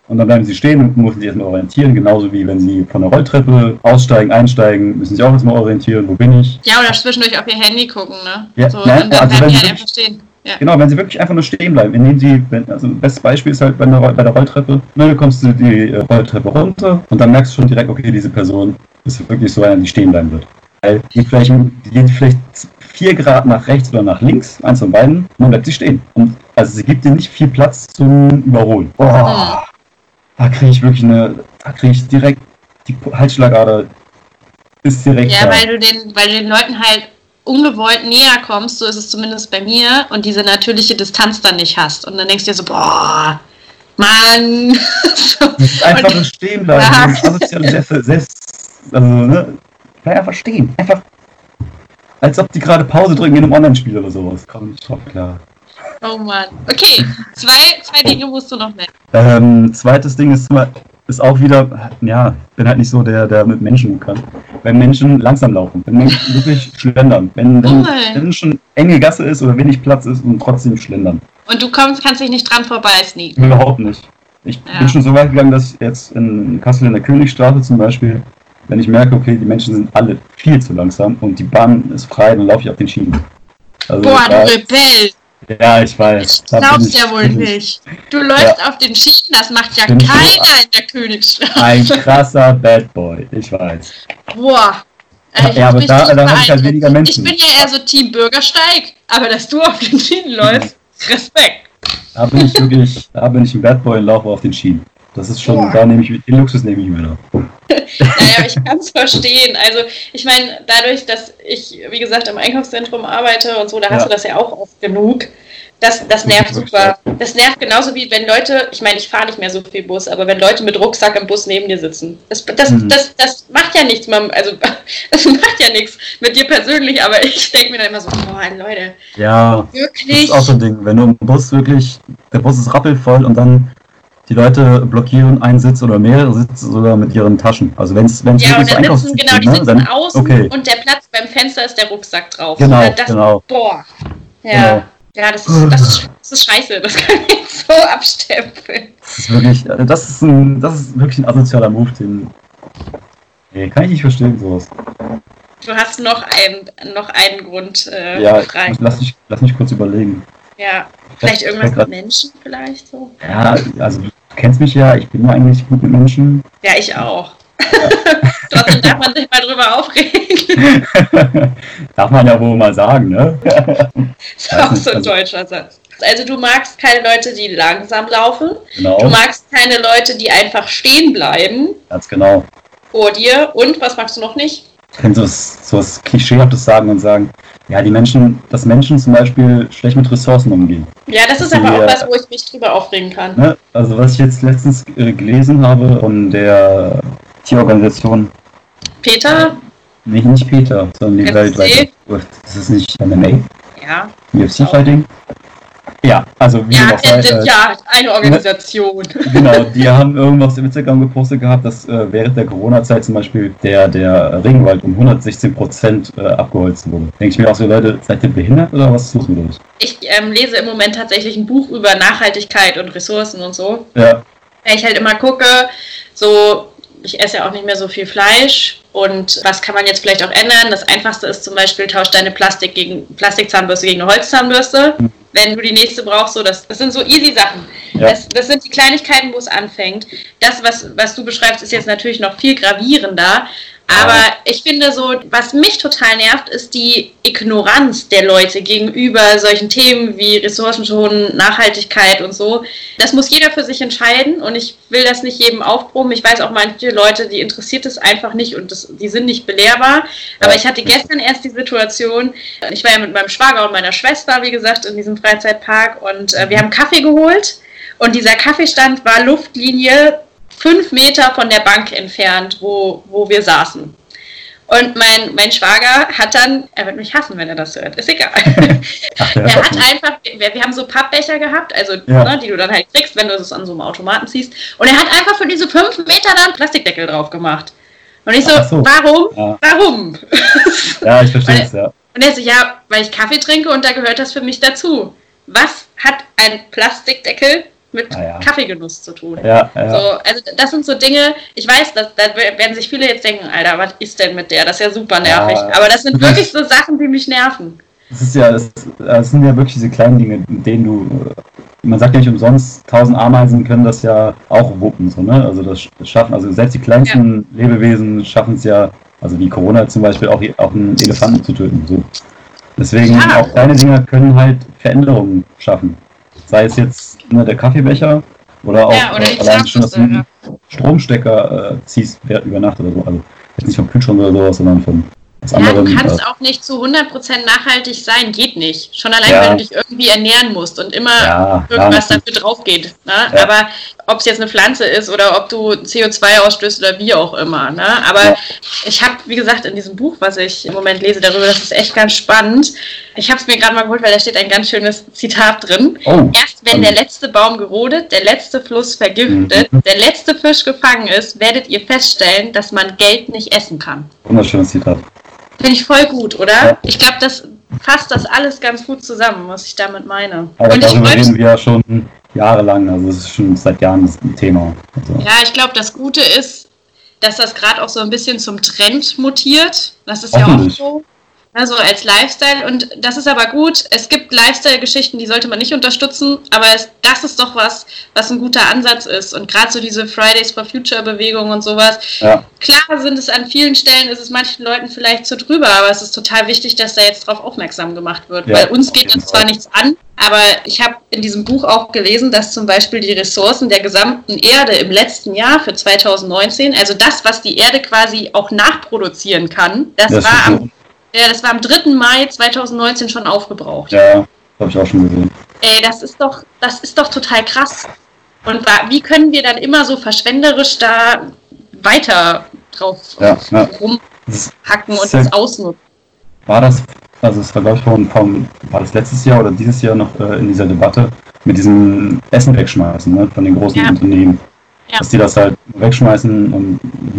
Und dann bleiben sie stehen und müssen sich erstmal orientieren, genauso wie wenn sie von der Rolltreppe aussteigen, einsteigen, müssen sich auch erstmal orientieren, wo bin ich. Ja, oder zwischendurch auf ihr Handy gucken, ne? Ja, so, nein, und dann also bleiben die wenn halt sie einfach stehen. Ja. Genau, wenn sie wirklich einfach nur stehen bleiben, indem sie, wenn, also das beste Beispiel ist halt bei der, bei der Rolltreppe, ne, du kommst du die Rolltreppe runter und dann merkst du schon direkt, okay, diese Person ist wirklich so einer, die stehen bleiben wird. Weil die vielleicht, die geht vielleicht vier Grad nach rechts oder nach links, eins von beiden, und dann bleibt sie stehen. Und also sie gibt dir nicht viel Platz zum Überholen. Boah, da kriege ich wirklich eine, da kriege ich direkt die Halsschlagader ist direkt Ja, da. weil du den, weil du den Leuten halt ungewollt näher kommst, so ist es zumindest bei mir, und diese natürliche Distanz dann nicht hast. Und dann denkst du dir so, boah, Mann. so. Du musst einfach und, nur stehen bleiben. Ja. Asoziale Selbst, selbst, also, ne, bleib einfach stehen. Einfach, als ob die gerade Pause drücken in einem Online-Spiel oder sowas. Komm nicht drauf klar. Oh Mann. Okay, zwei, zwei Dinge musst du noch nennen. Ähm, zweites Ding ist, ist auch wieder, ja, bin halt nicht so der, der mit Menschen gut kann. Wenn Menschen langsam laufen, wenn Menschen wirklich schlendern, wenn, wenn, oh wenn schon enge Gasse ist oder wenig Platz ist und trotzdem schlendern. Und du kommst, kannst dich nicht dran vorbei sneaken. Überhaupt nicht. Ich ja. bin schon so weit gegangen, dass ich jetzt in Kassel in der Königstraße zum Beispiel, wenn ich merke, okay, die Menschen sind alle viel zu langsam und die Bahn ist frei, dann laufe ich auf den Schienen. Also Boah, du Rebell! Ja, ich weiß. Ich glaub's ja wohl nicht. Du läufst ja. auf den Schienen, das macht ja keiner in der Königstraße. Ein krasser Bad Boy, ich weiß. Boah. Also ja, aber da, da habe ich halt weniger Menschen. Ich bin ja eher so Team Bürgersteig, aber dass du auf den Schienen läufst, Respekt. Da bin ich wirklich, da bin ich ein Bad Boy und laufe auf den Schienen. Das ist schon, Boah. da nehme ich, den Luxus nehme ich mir da. Naja, ich kann es verstehen. Also ich meine, dadurch, dass ich, wie gesagt, im Einkaufszentrum arbeite und so, da ja. hast du das ja auch oft genug. Das, das nervt super. Das nervt genauso wie wenn Leute, ich meine, ich fahre nicht mehr so viel Bus, aber wenn Leute mit Rucksack im Bus neben dir sitzen. Das, das, mhm. das, das macht ja nichts, also das macht ja nichts mit dir persönlich, aber ich denke mir dann immer so, boah, Leute. Ja, wirklich. Das ist auch so ein Ding. Wenn du im Bus wirklich, der Bus ist rappelvoll und dann die Leute blockieren einen Sitz oder mehrere Sitze sogar mit ihren Taschen. Also wenn es wenn es ja, und dann so sitzen, genau, die ne, sitzen dann, außen okay. und der Platz beim Fenster ist der Rucksack drauf. Genau, das, genau. Boah, ja. Genau. Ja, das ist, das, ist, das ist scheiße, das kann ich so abstempeln. Das ist wirklich, das ist, ein, das ist wirklich ein asozialer Move, den nee, kann ich nicht verstehen, sowas. Du hast noch, ein, noch einen Grund äh, ja, frei. Lass mich, lass mich kurz überlegen. Ja, vielleicht irgendwas mit Menschen vielleicht so? Ja, also du kennst mich ja, ich bin ja eigentlich gut mit Menschen. Ja, ich auch. Ja. Trotzdem darf man sich mal drüber aufregen. Darf man ja wohl mal sagen, ne? Ist auch so ein deutscher Satz. Also du magst keine Leute, die langsam laufen. Genau. Du magst keine Leute, die einfach stehen bleiben. Ganz genau. Vor dir. Und was magst du noch nicht? Ich kann so was Klischeehaftes sagen und sagen, ja, die Menschen, dass Menschen zum Beispiel schlecht mit Ressourcen umgehen. Ja, das ist die, aber auch was, wo ich mich drüber aufregen kann. Ne? Also was ich jetzt letztens äh, gelesen habe von der Tierorganisation. Peter? Nee, nicht Peter, sondern die weltweite. Das ist nicht M M A? Ja. U F C-Fighting? Ja, also wie ja, auch sei, äh, ja, eine Organisation. Genau, die haben irgendwas im Instagram gepostet gehabt, dass äh, während der Corona-Zeit zum Beispiel der, der Regenwald um hundertsechzehn Prozent äh, abgeholzt wurde. Denke ich mir auch so, Leute, seid ihr behindert oder was ist los mit euch? Ich ähm, lese im Moment tatsächlich ein Buch über Nachhaltigkeit und Ressourcen und so. Ja. Weil ich halt immer gucke, so, ich esse ja auch nicht mehr so viel Fleisch und was kann man jetzt vielleicht auch ändern? Das Einfachste ist zum Beispiel, tausch deine Plastik gegen, Plastikzahnbürste gegen eine Holzzahnbürste. Mhm. Wenn du die nächste brauchst, so, das, das sind so easy Sachen. Ja. Das, das sind die Kleinigkeiten, wo es anfängt. Das, was, was du beschreibst, ist jetzt natürlich noch viel gravierender. Aber ja. ich finde so, was mich total nervt, ist die Ignoranz der Leute gegenüber solchen Themen wie Ressourcenschonen, Nachhaltigkeit und so. Das muss jeder für sich entscheiden und ich will das nicht jedem aufbrummen. Ich weiß auch manche Leute, die interessiert es einfach nicht und das, die sind nicht belehrbar. Aber ich hatte gestern erst die Situation, ich war ja mit meinem Schwager und meiner Schwester, wie gesagt, in diesem Freizeitpark und äh, wir haben Kaffee geholt und dieser Kaffeestand war Luftlinie fünf Meter von der Bank entfernt, wo, wo wir saßen. Und mein, mein Schwager hat dann, er wird mich hassen, wenn er das hört, ist egal. Ach, er hat einfach, wir, wir haben so Pappbecher gehabt, also ja. ne, die du dann halt kriegst, wenn du es an so einem Automaten ziehst. Und er hat einfach für diese fünf Meter da einen Plastikdeckel drauf gemacht. Und ich so, so. warum? Ja. Warum? Ja, ich verstehe es, ja. Und er so, ja, weil ich Kaffee trinke und da gehört das für mich dazu. Was hat ein Plastikdeckel mit ah, ja. Kaffeegenuss zu tun. Ja, ja. So, also das sind so Dinge, ich weiß, dass, da werden sich viele jetzt denken, Alter, was ist denn mit der? Das ist ja super nervig. Ja, aber das sind wirklich so Sachen, die mich nerven. Das ist ja, das, das sind ja wirklich diese kleinen Dinge, in denen du, man sagt ja nicht umsonst, tausend Ameisen können das ja auch wuppen, so, ne? Also das, das schaffen, also selbst die kleinsten ja. Lebewesen schaffen es ja, also wie Corona zum Beispiel, auch, auch einen Elefanten zu töten. So. Deswegen ja. auch kleine Dinger können halt Veränderungen schaffen. Sei es jetzt ne, der Kaffeebecher oder auch ja, oder äh, allein schon, dass du einen Stromstecker äh, ziehst über Nacht oder so. Also jetzt nicht vom Kühlschrank oder sowas, sondern von Ja, anderen, du kannst äh, auch nicht zu hundert Prozent nachhaltig sein, geht nicht. Schon allein, ja. wenn du dich irgendwie ernähren musst und immer ja, irgendwas ja, dafür drauf geht. Ne? Ja. Aber ob es jetzt eine Pflanze ist oder ob du C O zwei ausstößt oder wie auch immer. Ne? Aber ja. ich habe, wie gesagt, in diesem Buch, was ich im Moment lese darüber, das ist echt ganz spannend. Ich habe es mir gerade mal geholt, weil da steht ein ganz schönes Zitat drin. Oh. Erst wenn der letzte Baum gerodet, der letzte Fluss vergiftet, mhm. der letzte Fisch gefangen ist, werdet ihr feststellen, dass man Geld nicht essen kann. Wunderschönes Zitat. Finde ich voll gut, oder? Ja. Ich glaube, das fasst das alles ganz gut zusammen, was ich damit meine. Aber und darüber ich reden wir ja schon jahrelang, also es ist schon seit Jahren ein Thema. Also. Ja, ich glaube, das Gute ist, dass das gerade auch so ein bisschen zum Trend mutiert. Das ist ja auch so. Also als Lifestyle, und das ist aber gut. Es gibt Lifestyle-Geschichten, die sollte man nicht unterstützen, aber es, das ist doch was, was ein guter Ansatz ist. Und gerade so diese Fridays for Future-Bewegung und sowas. Ja. Klar sind es an vielen Stellen, ist es manchen Leuten vielleicht zu drüber, aber es ist total wichtig, dass da jetzt drauf aufmerksam gemacht wird. Ja, weil uns geht das zwar nichts an, aber ich habe in diesem Buch auch gelesen, dass zum Beispiel die Ressourcen der gesamten Erde im letzten Jahr für zwanzig neunzehn, also das, was die Erde quasi auch nachproduzieren kann, das, das war am Ja, das war am dritten Mai zweitausendneunzehn schon aufgebraucht. Ja, habe ich auch schon gesehen. Ey, das ist doch, das ist doch total krass. Und wie können wir dann immer so verschwenderisch da weiter drauf ja, ja. rumhacken und das ausnutzen? War das, also es war glaube ich vor, vor, war das letztes Jahr oder dieses Jahr noch äh, in dieser Debatte mit diesem Essen wegschmeißen, ne, von den großen ja. Unternehmen. Ja. Dass die das halt wegschmeißen und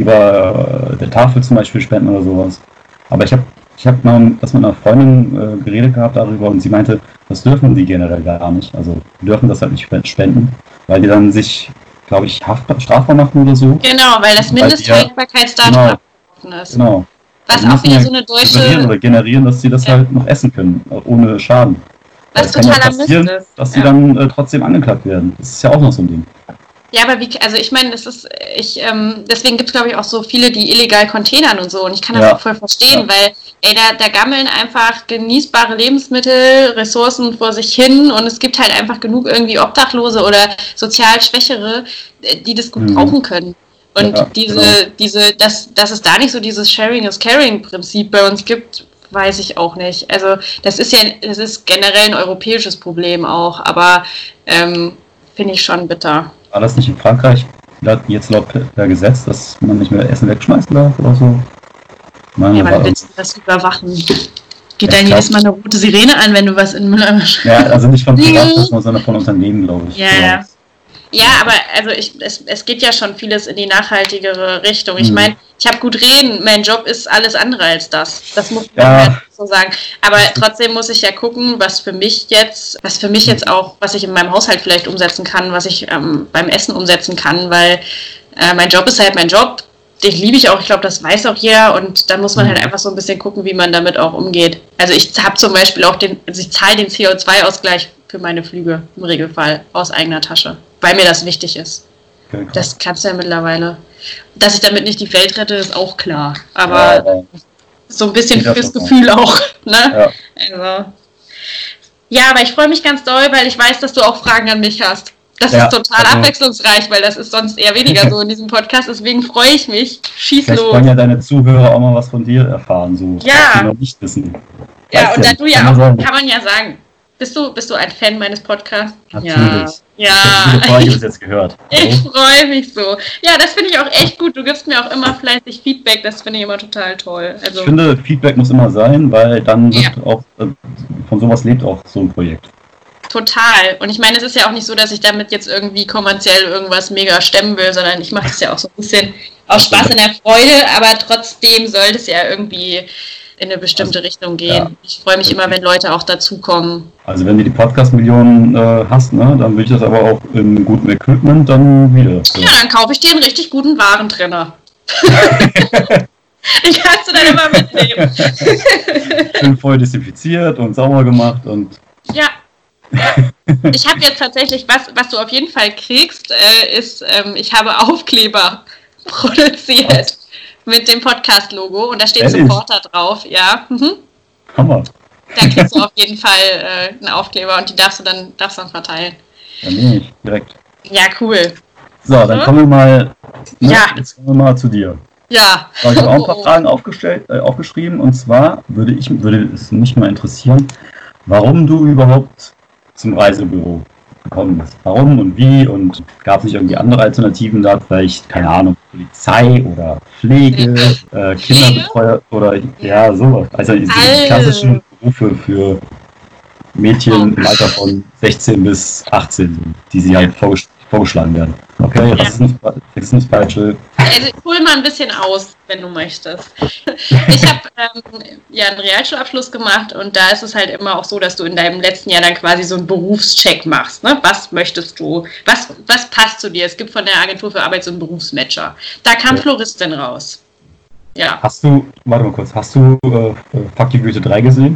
lieber äh, der Tafel zum Beispiel spenden oder sowas. Aber ich habe Ich habe mal das mit einer Freundin äh, geredet gehabt darüber und sie meinte, das dürfen die generell gar nicht. Also die dürfen das halt nicht spenden, weil die dann sich, glaube ich, Haft, strafbar machen oder so. Genau, weil das Mindesthaltbarkeitsdatum ja, genau, ist. Genau. Was auch wieder so eine deutsche... Oder generieren, dass sie das ja. halt noch essen können, ohne Schaden. Was totaler Mist ist. Dass sie ja. dann äh, trotzdem angeklagt werden. Das ist ja auch noch so ein Ding. Ja, aber wie, also ich meine, das ist, ich, ähm, deswegen gibt es glaube ich auch so viele, die illegal containern und so, und ich kann das ja. auch voll verstehen, ja. weil, ey, da, da gammeln einfach genießbare Lebensmittel, Ressourcen vor sich hin, und es gibt halt einfach genug irgendwie Obdachlose oder sozial Schwächere, die das gut mhm. brauchen können. Und ja, diese, genau. diese, dass, dass es da nicht so dieses Sharing is Caring Prinzip bei uns gibt, weiß ich auch nicht. Also das ist ja, das ist generell ein europäisches Problem auch, aber ähm, finde ich schon bitter. War das nicht in Frankreich jetzt laut per Gesetz, dass man nicht mehr Essen wegschmeißen darf oder so? Meine, ja, aber willst du das überwachen? Geht ja, dann jedes Mal eine rote Sirene an, wenn du was in den Mülleimer schmeißt? Ja, also nicht von Privatpersonen, sondern von Unternehmen, glaube ich. Ja, ja. Ja, aber also ich, es, es geht ja schon vieles in die nachhaltigere Richtung. Ich meine, ich habe gut reden, mein Job ist alles andere als das. Das muss man ja. halt so sagen. Aber trotzdem muss ich ja gucken, was für mich jetzt, was für mich jetzt auch, was ich in meinem Haushalt vielleicht umsetzen kann, was ich ähm, beim Essen umsetzen kann, weil äh, mein Job ist halt mein Job. Den liebe ich auch, ich glaube, das weiß auch jeder, und da muss man halt einfach so ein bisschen gucken, wie man damit auch umgeht. Also ich habe zum Beispiel auch den, also ich zahle den C O zwei Ausgleich für meine Flüge im Regelfall aus eigener Tasche, weil mir das wichtig ist. Okay, das kannst du ja mittlerweile. Dass ich damit nicht die Welt rette, ist auch klar. Aber ja, ja. so ein bisschen fürs Gefühl auch. Ne? Ja. Also. Ja, aber ich freue mich ganz doll, weil ich weiß, dass du auch Fragen an mich hast. Das ja, ist total also abwechslungsreich, weil das ist sonst eher weniger so in diesem Podcast. Deswegen freue ich mich. Schieß Vielleicht los. wollen ja deine Zuhörer auch mal was von dir erfahren, so ja. was die noch nicht wissen. Ja, weißt und da du ja auch, kann man ja sagen, bist du, bist du ein Fan meines Podcasts? Natürlich. Ja. Ja. Ich habe viele Folgen bis jetzt gehört. Ich freue mich so. Ja, das finde ich auch echt gut. Du gibst mir auch immer fleißig Feedback. Das finde ich immer total toll. Also, ich finde, Feedback muss immer sein, weil dann wird ja. auch, von sowas lebt auch so ein Projekt. Total. Und ich meine, es ist ja auch nicht so, dass ich damit jetzt irgendwie kommerziell irgendwas mega stemmen will, sondern ich mache es ja auch so ein bisschen aus Spaß und der Freude, aber trotzdem sollte es ja irgendwie in eine bestimmte also, Richtung gehen. Ja. Ich freue mich immer, wenn Leute auch dazukommen. Also wenn du die Podcast-Millionen äh, hast, ne, dann will ich das aber auch in gutem Equipment dann wieder. So. Ja, dann kaufe ich dir einen richtig guten Warentrenner. Den kannst du dann immer mitnehmen. Schön voll desinfiziert und sauber gemacht und... Ja. Ja. Ich habe jetzt tatsächlich, was, was du auf jeden Fall kriegst, äh, ist, ähm, ich habe Aufkleber produziert was? Mit dem Podcast-Logo und da steht Ehrlich? Supporter drauf, ja. Mhm. Hammer. Da kriegst du auf jeden Fall äh, einen Aufkleber und die darfst du dann, darfst dann verteilen. Ja, nehme ich direkt. Ja, cool. So, dann so? kommen wir mal, ne, ja. jetzt kommen wir mal zu dir. Ja. So, ich habe auch ein paar Fragen aufgestellt, äh, aufgeschrieben und zwar würde, ich, würde es mich mal interessieren, warum du überhaupt zum Reisebüro gekommen bist. Warum und wie und gab es nicht irgendwie andere Alternativen da? Vielleicht, keine Ahnung, Polizei oder Pflege, äh, Kinderbetreuer oder ja, sowas. Also diese klassischen Berufe für Mädchen im Alter von sechzehn bis achtzehn, die sie halt vorgesch- vorgeschlagen werden. Okay, ja. das ist nicht, das ist nicht falsch. Also ich hole mal ein bisschen aus, wenn du möchtest. Ich habe ähm, ja einen Realschulabschluss gemacht und da ist es halt immer auch so, dass du in deinem letzten Jahr dann quasi so einen Berufscheck machst. Ne? Was möchtest du? Was, was passt zu dir? Es gibt von der Agentur für Arbeit so einen Berufsmatcher. Da kam ja. Floristin raus. Ja. Hast du, warte mal kurz, hast du äh, Fuck die Goethe drei gesehen?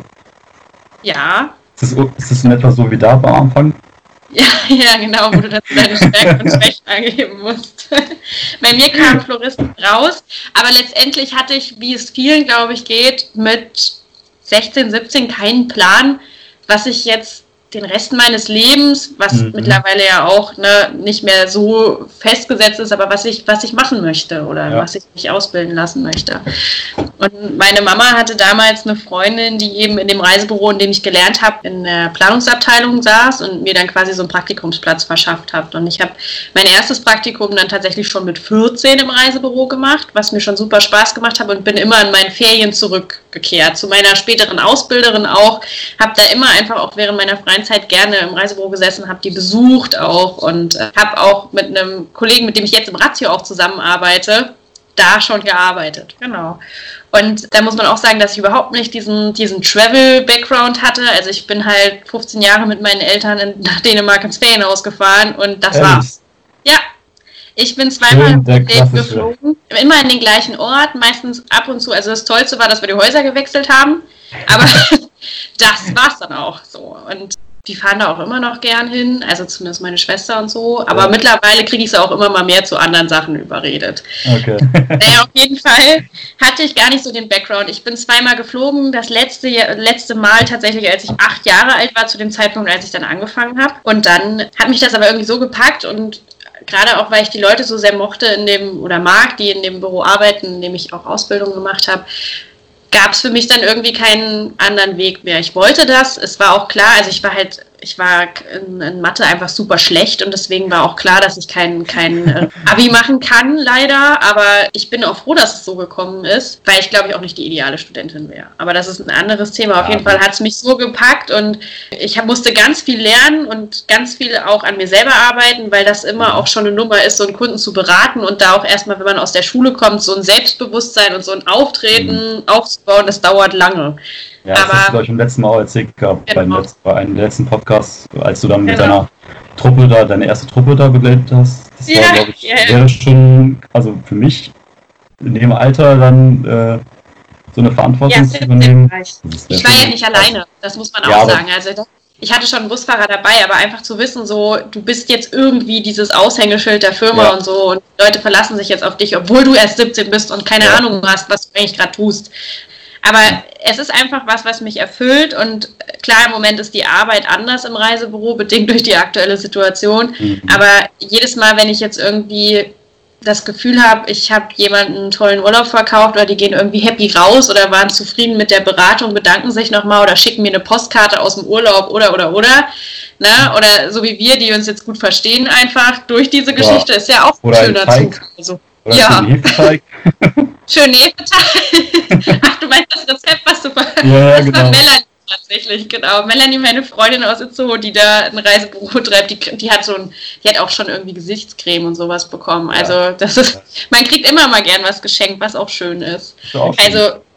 Ja. Ist das, ist das in etwa so wie da am Anfang? Ja, ja, genau, wo du dann deine Stärken und Schwächen angeben musst. Bei mir kam Floristin raus, aber letztendlich hatte ich, wie es vielen, glaube ich, geht, mit sechzehn, siebzehn keinen Plan, was ich jetzt den Rest meines Lebens, was mhm. mittlerweile ja auch ne, nicht mehr so festgesetzt ist, aber was ich, was ich machen möchte oder ja. was ich mich ausbilden lassen möchte. Und meine Mama hatte damals eine Freundin, die eben in dem Reisebüro, in dem ich gelernt habe, in der Planungsabteilung saß und mir dann quasi so einen Praktikumsplatz verschafft hat. Und ich habe mein erstes Praktikum dann tatsächlich schon mit vierzehn im Reisebüro gemacht, was mir schon super Spaß gemacht hat und bin immer in meinen Ferien zurückgekehrt. Zu meiner späteren Ausbilderin auch, habe da immer einfach auch während meiner freien Zeit gerne im Reisebüro gesessen, habe die besucht auch und äh, habe auch mit einem Kollegen, mit dem ich jetzt im Ratio auch zusammenarbeite, da schon gearbeitet. Genau. Und da muss man auch sagen, dass ich überhaupt nicht diesen, diesen Travel-Background hatte. Also ich bin halt fünfzehn Jahre mit meinen Eltern in, nach Dänemark ins Ferienhaus gefahren und das Ehrlich? war's. Ja. Ich bin zweimal im Leben geflogen, immer in den gleichen Ort, meistens ab und zu. Also das Tollste war, dass wir die Häuser gewechselt haben, aber das war's dann auch so. Und die fahren da auch immer noch gern hin, also zumindest meine Schwester und so. Aber ja. mittlerweile kriege ich sie auch immer mal mehr zu anderen Sachen überredet. Okay. Naja, auf jeden Fall hatte ich gar nicht so den Background. Ich bin zweimal geflogen, das letzte, letzte Mal tatsächlich, als ich acht Jahre alt war, zu dem Zeitpunkt, als ich dann angefangen habe. Und dann hat mich das aber irgendwie so gepackt und gerade auch, weil ich die Leute so sehr mochte in dem oder mag, die in dem Büro arbeiten, in dem ich auch Ausbildung gemacht habe, gab es für mich dann irgendwie keinen anderen Weg mehr. Ich wollte das, es war auch klar, also ich war halt, ich war in, in Mathe einfach super schlecht und deswegen war auch klar, dass ich kein, kein äh, Abi machen kann, leider, aber ich bin auch froh, dass es so gekommen ist, weil ich glaube ich auch nicht die ideale Studentin wäre. Aber das ist ein anderes Thema. Auf jeden Fall hat es mich so gepackt und ich hab, musste ganz viel lernen und ganz viel auch an mir selber arbeiten, weil das immer auch schon eine Nummer ist, so einen Kunden zu beraten und da auch erstmal, wenn man aus der Schule kommt, so ein Selbstbewusstsein und so ein Auftreten mhm. aufzubauen, das dauert lange. Ja, das hast du, glaube ich, beim letzten Mal auch erzählt gehabt, genau. beim letzten, bei einem der letzten Podcasts, als du dann mit genau. deiner Truppe da, deine erste Truppe da begleitet hast. Das ja, war, glaube ich, ja, wäre ja. schon, also für mich in dem Alter dann äh, so eine Verantwortung ja, zu übernehmen. Ich war ja nicht alleine, das muss man auch ja, sagen. Also ich hatte schon einen Busfahrer dabei, aber einfach zu wissen, so du bist jetzt irgendwie dieses Aushängeschild der Firma ja. und so und Leute verlassen sich jetzt auf dich, obwohl du erst siebzehn bist und keine ja. Ahnung hast, was du eigentlich gerade tust. Aber es ist einfach was, was mich erfüllt und klar, im Moment ist die Arbeit anders im Reisebüro, bedingt durch die aktuelle Situation. Mhm. Aber jedes Mal, wenn ich jetzt irgendwie das Gefühl habe, ich habe jemanden einen tollen Urlaub verkauft oder die gehen irgendwie happy raus oder waren zufrieden mit der Beratung, bedanken sich nochmal oder schicken mir eine Postkarte aus dem Urlaub oder, oder, oder. Ne? Oder so wie wir, die uns jetzt gut verstehen einfach durch diese Geschichte, ja. ist ja auch ein oder schöner ein Zug. Also, oder ja. ein Hefeteig. Schön Hefeteig. Ach, du meinst das Rezept, was du ja, das genau. war Melanie tatsächlich, genau. Melanie, meine Freundin aus Itzehoe, die da ein Reisebüro treibt, die, die hat so ein, die hat auch schon irgendwie Gesichtscreme und sowas bekommen. Also das ist, man kriegt immer mal gern was geschenkt, was auch schön ist. ist auch schön. Also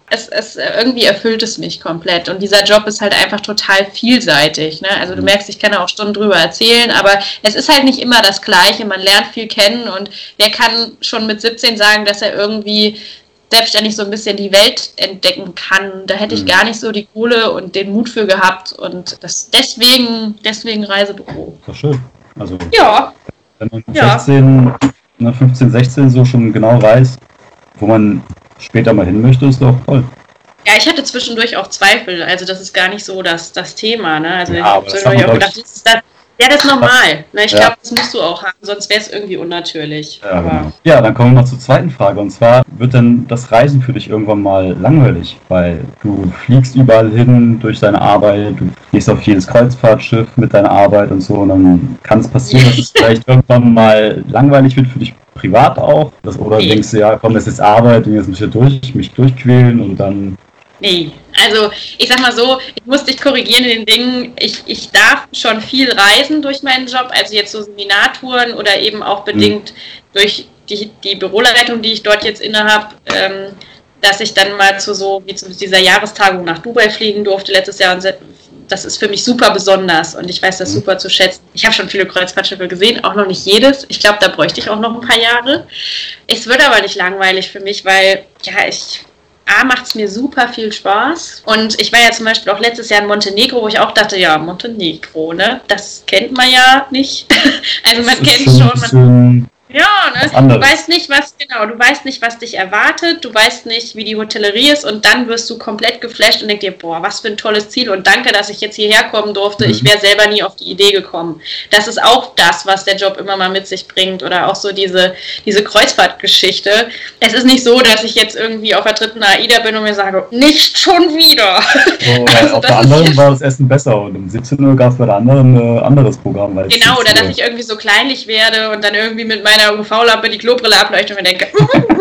es, es irgendwie erfüllt es mich komplett. Und dieser Job ist halt einfach total vielseitig. Ne? Also du merkst, ich kann auch Stunden drüber erzählen, aber es ist halt nicht immer das Gleiche. Man lernt viel kennen und wer kann schon mit siebzehn sagen, dass er irgendwie selbstständig so ein bisschen die Welt entdecken kann. Da hätte ich gar nicht so die Kohle und den Mut für gehabt. Und das deswegen, deswegen Reisebüro. Das ist schön. Also, ja. Wenn man sechzehn, ja. fünfzehn, sechzehn so schon genau weiß, wo man später mal hin möchte, ist doch toll. Ja, ich hatte zwischendurch auch Zweifel. Also das ist gar nicht so das, das Thema. Ne? Also ja, ich habe zwischendurch auch gedacht, das ist das, ja, das ist normal. Ne? Ich ja. glaube, das musst du auch haben, sonst wäre es irgendwie unnatürlich. Ja, genau. Ja, dann kommen wir mal zur zweiten Frage. Und zwar, wird denn das Reisen für dich irgendwann mal langweilig? Weil du fliegst überall hin durch deine Arbeit, du gehst auf jedes Kreuzfahrtschiff mit deiner Arbeit und so. Und dann kann es passieren, dass es vielleicht irgendwann mal langweilig wird für dich privat auch. Das, oder nee. denkst du, ja, komm, das ist Arbeit und jetzt muss ich durch, mich durchquälen und dann... Nee, also ich sag mal so, ich muss dich korrigieren in den Dingen, ich, ich darf schon viel reisen durch meinen Job, also jetzt so Seminartouren oder eben auch bedingt mhm. durch die, die Büroleitung, die ich dort jetzt innehabe, ähm, dass ich dann mal zu so, wie zu dieser Jahrestagung nach Dubai fliegen durfte letztes Jahr und das ist für mich super besonders und ich weiß das super zu schätzen. Ich habe schon viele Kreuzfahrtschiffe gesehen, auch noch nicht jedes. Ich glaube, da bräuchte ich auch noch ein paar Jahre. Es wird aber nicht langweilig für mich, weil, ja, ich... A, macht es mir super viel Spaß und ich war ja zum Beispiel auch letztes Jahr in Montenegro, wo ich auch dachte, ja, Montenegro, ne, das kennt man ja nicht. Also man kennt schon, man, ja, ne, du weißt nicht, was, genau, du weißt nicht, was dich erwartet, du weißt nicht, wie die Hotellerie ist und dann wirst du komplett geflasht und denkst dir, boah, was für ein tolles Ziel und danke, dass ich jetzt hierher kommen durfte, mhm. ich wäre selber nie auf die Idee gekommen. Das ist auch das, was der Job immer mal mit sich bringt oder auch so diese, diese Kreuzfahrtgeschichte. Es ist nicht so, dass ich jetzt irgendwie auf der dritten AIDA bin und mir sage, nicht schon wieder. Oh, also auf der anderen war das Essen besser und um siebzehn Uhr gab es bei der anderen ein äh, anderes Programm. Weil genau, oder dass ich irgendwie so kleinlich werde und dann irgendwie mit meiner U V-Lampe die Klobrille ableuchte und mir denke,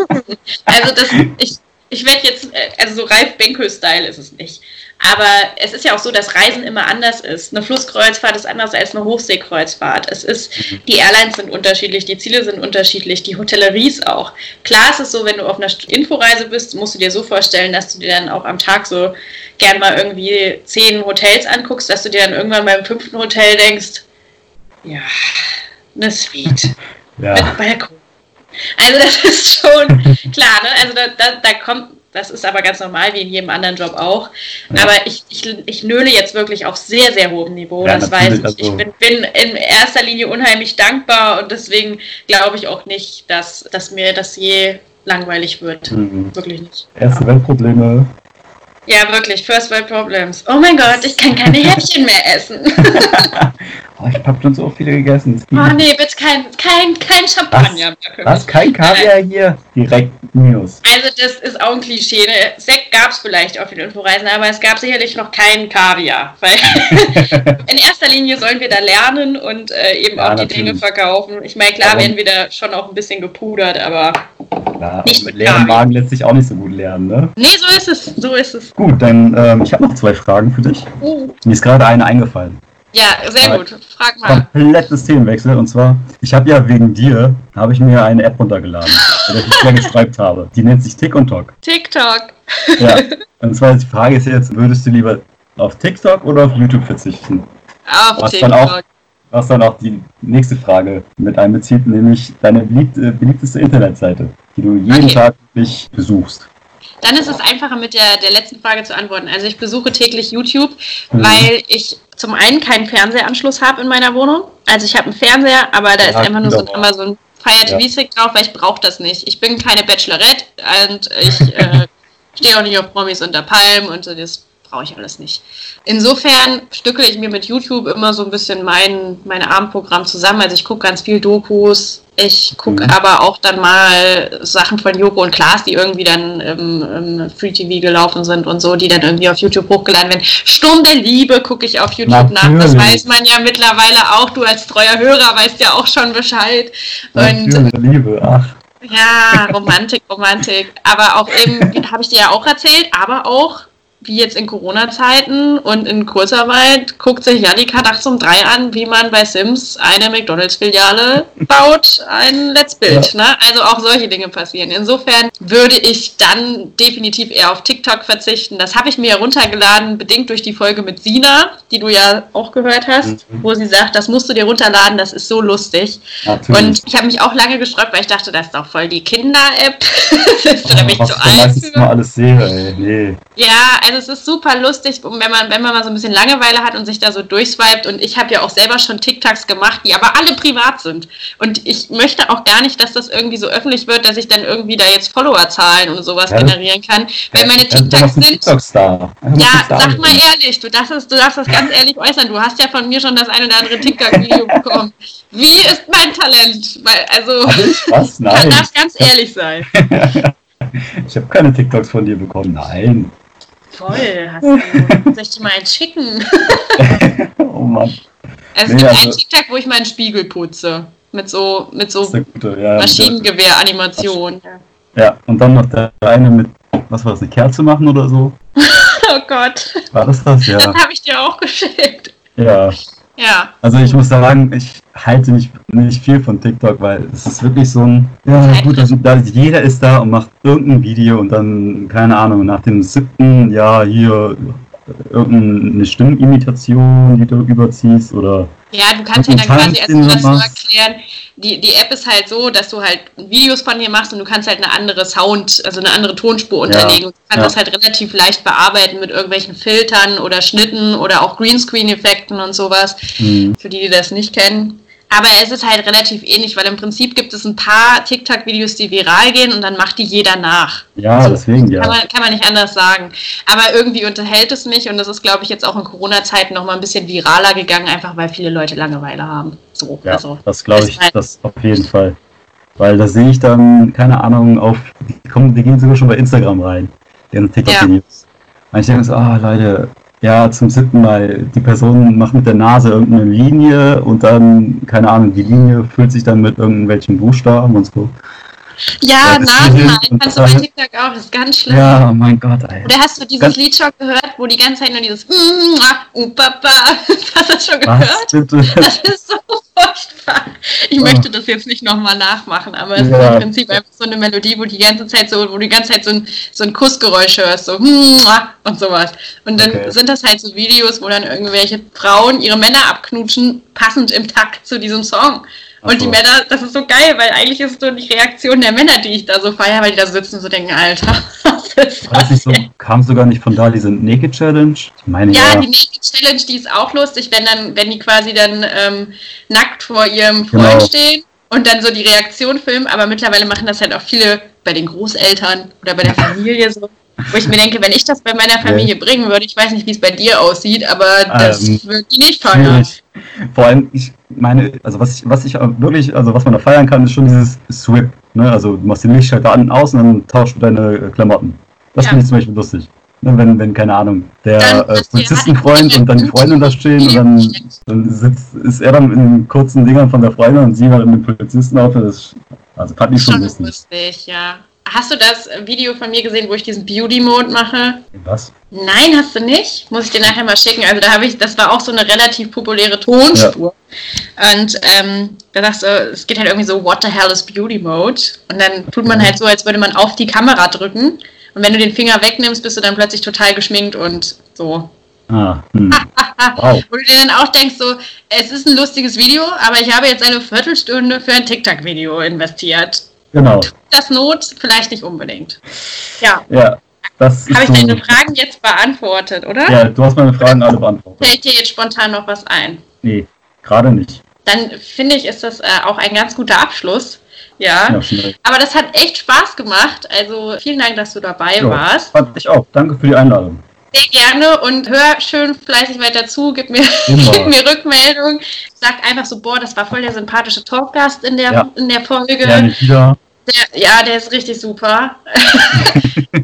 also das, ich, ich werde jetzt, also so Ralf Benko-Style ist es nicht. Aber es ist ja auch so, dass Reisen immer anders ist. Eine Flusskreuzfahrt ist anders als eine Hochseekreuzfahrt. Es ist, die Airlines sind unterschiedlich, die Ziele sind unterschiedlich, die Hotelleries auch. Klar ist es so, wenn du auf einer Inforeise bist, musst du dir so vorstellen, dass du dir dann auch am Tag so gern mal irgendwie zehn Hotels anguckst, dass du dir dann irgendwann beim fünften Hotel denkst, ja, eine Suite. Ja. Mit Balkon. Also das ist schon klar, ne? Also da, da, da kommt, das ist aber ganz normal, wie in jedem anderen Job auch. Ja. Aber ich, ich, ich nöle jetzt wirklich auf sehr, sehr hohem Niveau. Ja, das weiß ich. Also ich bin, bin in erster Linie unheimlich dankbar und deswegen glaube ich auch nicht, dass, dass mir das je langweilig wird. Mhm. Wirklich nicht. Erste Weltprobleme. Ja, wirklich, First World Problems. Oh mein Gott, ich kann keine Häppchen mehr essen. Oh, ich habe schon so viele gegessen. Oh nee, bitte kein, kein, kein Champagner was, mehr. Was? Kein Kaviar hier? Direkt Minus. Also das ist auch ein Klischee. Ne? Sekt gab es vielleicht auf den Inforeisen, aber es gab sicherlich noch keinen Kaviar. Weil in erster Linie sollen wir da lernen und äh, eben ja, auch die natürlich. Dinge verkaufen. Ich meine, klar Warum? werden wir da schon auch ein bisschen gepudert, aber klar, nicht mit leeren Magen lässt sich auch nicht so gut lernen, ne? Nee, so ist es, so ist es. Gut, dann ähm, ich habe noch zwei Fragen für dich. Uh. Mir ist gerade eine eingefallen. Ja, sehr gut. Frag mal. Komplettes Themenwechsel. Und zwar, ich habe ja wegen dir, habe ich mir eine App runtergeladen, weil ich nicht mehr gestreikt habe. Die nennt sich TikTok. TikTok. Ja. Und zwar die Frage ist jetzt, würdest du lieber auf TikTok oder auf YouTube verzichten? Auf was TikTok. Dann auch, was dann auch die nächste Frage mit einbezieht, nämlich deine beliebt, äh, beliebteste Internetseite, die du jeden okay. Tag dich besuchst. Dann ist es einfacher, mit der, der letzten Frage zu antworten. Also ich besuche täglich YouTube, mhm. weil ich zum einen keinen Fernsehanschluss habe in meiner Wohnung. Also ich habe einen Fernseher, aber da ja, ist einfach nur so ein Amazon Fire T V-Stick ja. drauf, weil ich brauche das nicht. Ich bin keine Bachelorette und ich äh, stehe auch nicht auf Promis unter Palmen und so, das brauche ich alles nicht. Insofern stückele ich mir mit YouTube immer so ein bisschen mein, mein Abendprogramm zusammen. Also ich gucke ganz viel Dokus, ich gucke mhm. aber auch dann mal Sachen von Joko und Klaas, die irgendwie dann im, im Free T V gelaufen sind und so, die dann irgendwie auf YouTube hochgeladen werden. Sturm der Liebe gucke ich auf YouTube Natürlich. nach, das weiß man ja mittlerweile auch, du als treuer Hörer weißt ja auch schon Bescheid. Und Liebe, ach. Ja, Romantik, Romantik. Aber auch eben, habe ich dir ja auch erzählt, aber auch wie jetzt in Corona-Zeiten und in Kurzarbeit, guckt sich Jannika nachts um drei an, wie man bei Sims eine McDonalds-Filiale baut, ein Let's Build. Ja. Ne? Also auch solche Dinge passieren. Insofern würde ich dann definitiv eher auf TikTok verzichten. Das habe ich mir heruntergeladen, bedingt durch die Folge mit Sina, die du ja auch gehört hast, mhm. wo sie sagt, das musst du dir runterladen, das ist so lustig. Natürlich. Und ich habe mich auch lange gesträubt, weil ich dachte, das ist doch voll die Kinder-App. Das ist oh, was ich meistens mal alles sehe, ey. Nee. Ja, also es ist super lustig, wenn man, wenn man mal so ein bisschen Langeweile hat und sich da so durchswipet. Und ich habe ja auch selber schon TikToks gemacht, die aber alle privat sind. Und ich möchte auch gar nicht, dass das irgendwie so öffentlich wird, dass ich dann irgendwie da jetzt Followerzahlen und sowas ja, generieren kann. Weil meine ja, TikToks sind... TikTok-Star. Ja, sag mal ehrlich, du darfst, das, du darfst das ganz ehrlich äußern. Du hast ja von mir schon das ein oder andere TikTok-Video bekommen. Wie ist mein Talent? Weil, also, was? Nein. Du darfst ganz ehrlich sein. Ich habe keine TikToks von dir bekommen. Nein. Voll, hast du. Soll ich dir mal einen schicken? Oh Mann. Also es nee, gibt also, einen TikTok, wo ich meinen Spiegel putze. Mit so, mit so ja, Maschinengewehr-Animation. Ja, und dann noch der eine mit, was war das, eine Kerze machen oder so? Oh Gott. War das das? Ja. Das habe ich dir auch geschickt. Ja. Ja. Also ich muss sagen, ich halte nicht, nicht viel von TikTok, weil es ist wirklich so ein, ja gut, also, da, jeder ist da und macht irgendein Video und dann, keine Ahnung, nach dem siebten, ja, hier irgendeine Stimmimitation, die du überziehst oder... Ja, du kannst mir dann quasi erstmal das so erklären, die, die App ist halt so, dass du halt Videos von dir machst und du kannst halt eine andere Sound, also eine andere Tonspur unterlegen. Ja, und du kannst ja. das halt relativ leicht bearbeiten mit irgendwelchen Filtern oder Schnitten oder auch Greenscreen-Effekten und sowas, mhm. für die, die das nicht kennen. Aber es ist halt relativ ähnlich, weil im Prinzip gibt es ein paar TikTok-Videos, die viral gehen und dann macht die jeder nach. Ja, also, deswegen, ja. Kann man, kann man nicht anders sagen. Aber irgendwie unterhält es mich und das ist, glaube ich, jetzt auch in Corona-Zeiten nochmal ein bisschen viraler gegangen, einfach weil viele Leute Langeweile haben. So, ja, also, das glaube ich, halt das auf jeden Fall. Weil da sehe ich dann, keine Ahnung, auf, die, kommen, die gehen sogar schon bei Instagram rein, die TikTok-Videos. Ja. Und ich denke so, ah, Leute... Ja, zum siebten Mal, die Person macht mit der Nase irgendeine Linie und dann, keine Ahnung, die Linie füllt sich dann mit irgendwelchen Buchstaben und so. Ja, Nasenmalen kannst du bei TikTok auch, das ist ganz schlimm. Ja, oh mein Gott, ey. Oder hast du dieses ganz Lied schon gehört, wo die ganze Zeit nur dieses uh, Papa, hast du das schon gehört? Was, das ist so furchtbar. Ich oh. möchte das jetzt nicht nochmal nachmachen, aber es ja. ist im Prinzip einfach so eine Melodie, wo die ganze Zeit so, wo du die ganze Zeit so ein, so ein Kussgeräusch hörst, so und sowas. Und dann okay. sind das halt so Videos, wo dann irgendwelche Frauen ihre Männer abknutschen, passend im Takt zu diesem Song. Und so. Die Männer, das ist so geil, weil eigentlich ist es so die Reaktion der Männer, die ich da so feiere, weil die da sitzen und so denken, Alter, was ist das? Nicht so, kam sogar nicht von da diese Naked Challenge? Ich meine, ja, ja, die Naked Challenge, die ist auch lustig, wenn dann, wenn die quasi dann ähm, nackt vor ihrem Freund genau. stehen und dann so die Reaktion filmen, aber mittlerweile machen das halt auch viele bei den Großeltern oder bei der Familie so. Wo ich mir denke, wenn ich das bei meiner Familie okay. bringen würde, ich weiß nicht, wie es bei dir aussieht, aber das ähm, würden die nicht feiern. Vor allem, ich meine, also was ich, was ich wirklich, also was man da feiern kann, ist schon dieses Swip, ne? Also du machst den Lichtschalter an und aus und dann tauschst du deine Klamotten. Das ja. finde ich zum Beispiel lustig. Ne? Wenn, wenn, keine Ahnung, der äh, Polizistenfreund und dann die Freundin da stehen und dann, dann sitzt, ist er dann in den kurzen Dingern von der Freundin und sie war in dem Polizistenauto. Das also fand ich schon, schon lustig. lustig, ja. Hast du das Video von mir gesehen, wo ich diesen Beauty-Mode mache? Was? Nein, hast du nicht? Muss ich dir nachher mal schicken. Also da habe ich, das war auch so eine relativ populäre Tonspur. Ja. Und ähm, da sagst du, es geht halt irgendwie so, what the hell is Beauty-Mode? Und dann tut man halt so, als würde man auf die Kamera drücken. Und wenn du den Finger wegnimmst, bist du dann plötzlich total geschminkt und so. Ah, hm. Wow. Wo du dir dann auch denkst, so, es ist ein lustiges Video, aber ich habe jetzt eine Viertelstunde für ein TikTok-Video investiert. Genau. Tut das Not? Vielleicht nicht unbedingt. Ja. Ja, das ist Habe ich so deine Fragen jetzt beantwortet, oder? Ja, du hast meine Fragen alle beantwortet. Fällt dir jetzt spontan noch was ein? Nee, gerade nicht. Dann finde ich, ist das äh, auch ein ganz guter Abschluss. Ja, ja aber das hat echt Spaß gemacht. Also vielen Dank, dass du dabei ja, warst. Fand ich auch. Danke für die Einladung. Sehr gerne und hör schön fleißig weiter zu, gib mir, gib mir Rückmeldung. Sag einfach so, boah, das war voll der sympathische Talkgast in der, ja. in der Folge. Ja, nicht wieder. Der, ja, der ist richtig super.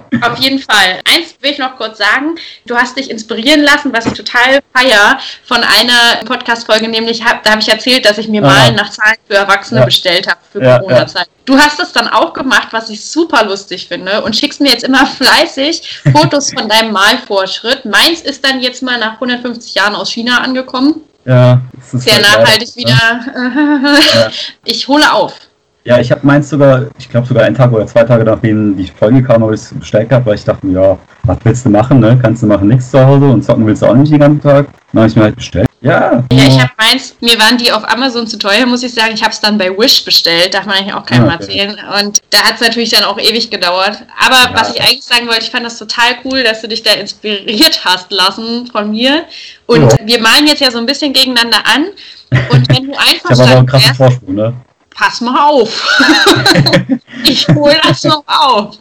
Auf jeden Fall. Eins will ich noch kurz sagen. Du hast dich inspirieren lassen, was ich total feier, von einer Podcast-Folge, nämlich, hab, da habe ich erzählt, dass ich mir ah. Malen nach Zahlen für Erwachsene ja. bestellt habe für ja, Corona-Zeit. Ja. Du hast es dann auch gemacht, was ich super lustig finde und schickst mir jetzt immer fleißig Fotos von deinem Malvorschritt. Meins ist dann jetzt mal nach hundertfünfzig Jahren aus China angekommen. Ja. Das ist sehr halt nachhaltig leider, wieder. Ja. Ich hole auf. Ja, ich habe meins sogar, ich glaube sogar einen Tag oder zwei Tage nachdem die Folge kam, habe ich es bestellt gehabt, weil ich dachte, ja, was willst du machen, ne? Kannst du machen, nichts zu Hause und zocken willst du auch nicht den ganzen Tag. Dann habe ich mir halt bestellt. Ja. Ja, ich habe meins, mir waren die auf Amazon zu teuer, muss ich sagen. Ich habe es dann bei Wish bestellt, darf man eigentlich auch keinem okay. erzählen. Und da hat es natürlich dann auch ewig gedauert. Aber ja. was ich eigentlich sagen wollte, ich fand das total cool, dass du dich da inspiriert hast lassen von mir. Und ja. wir malen jetzt ja so ein bisschen gegeneinander an. Und wenn du einverstanden wärst, Vorsprung, ne? pass mal auf. Ich hole das noch auf.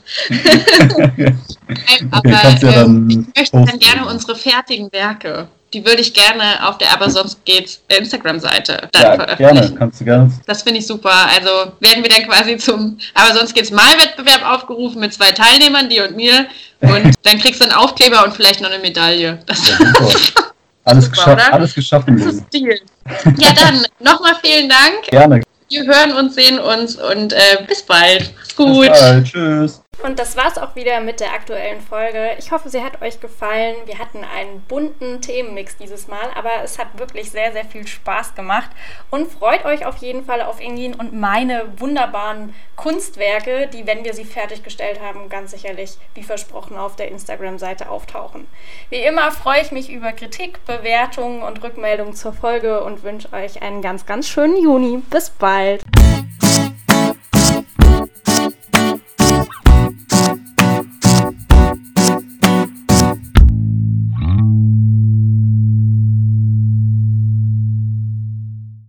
Nein, aber okay, ja ähm, ich möchte posten. Dann gerne unsere fertigen Werke. Die würde ich gerne auf der Aber sonst geht's Instagram-Seite dann ja, veröffentlichen. Gerne, kannst du gerne. Das finde ich super. Also werden wir dann quasi zum Aber sonst geht's Malwettbewerb aufgerufen mit zwei Teilnehmern, dir und mir. Und dann kriegst du einen Aufkleber und vielleicht noch eine Medaille. Das ja, alles super, geschafft, oder? Alles geschafft im Leben. Stil. Ja, dann nochmal vielen Dank. Gerne. Wir hören uns, sehen uns und äh, bis bald. Mach's gut. Bis bald. Tschüss. Und das war's auch wieder mit der aktuellen Folge. Ich hoffe, sie hat euch gefallen. Wir hatten einen bunten Themenmix dieses Mal, aber es hat wirklich sehr, sehr viel Spaß gemacht. Und freut euch auf jeden Fall auf Engin und meine wunderbaren Kunstwerke, die, wenn wir sie fertiggestellt haben, ganz sicherlich, wie versprochen, auf der Instagram-Seite auftauchen. Wie immer freue ich mich über Kritik, Bewertungen und Rückmeldungen zur Folge und wünsche euch einen ganz, ganz schönen Juni. Bis bald!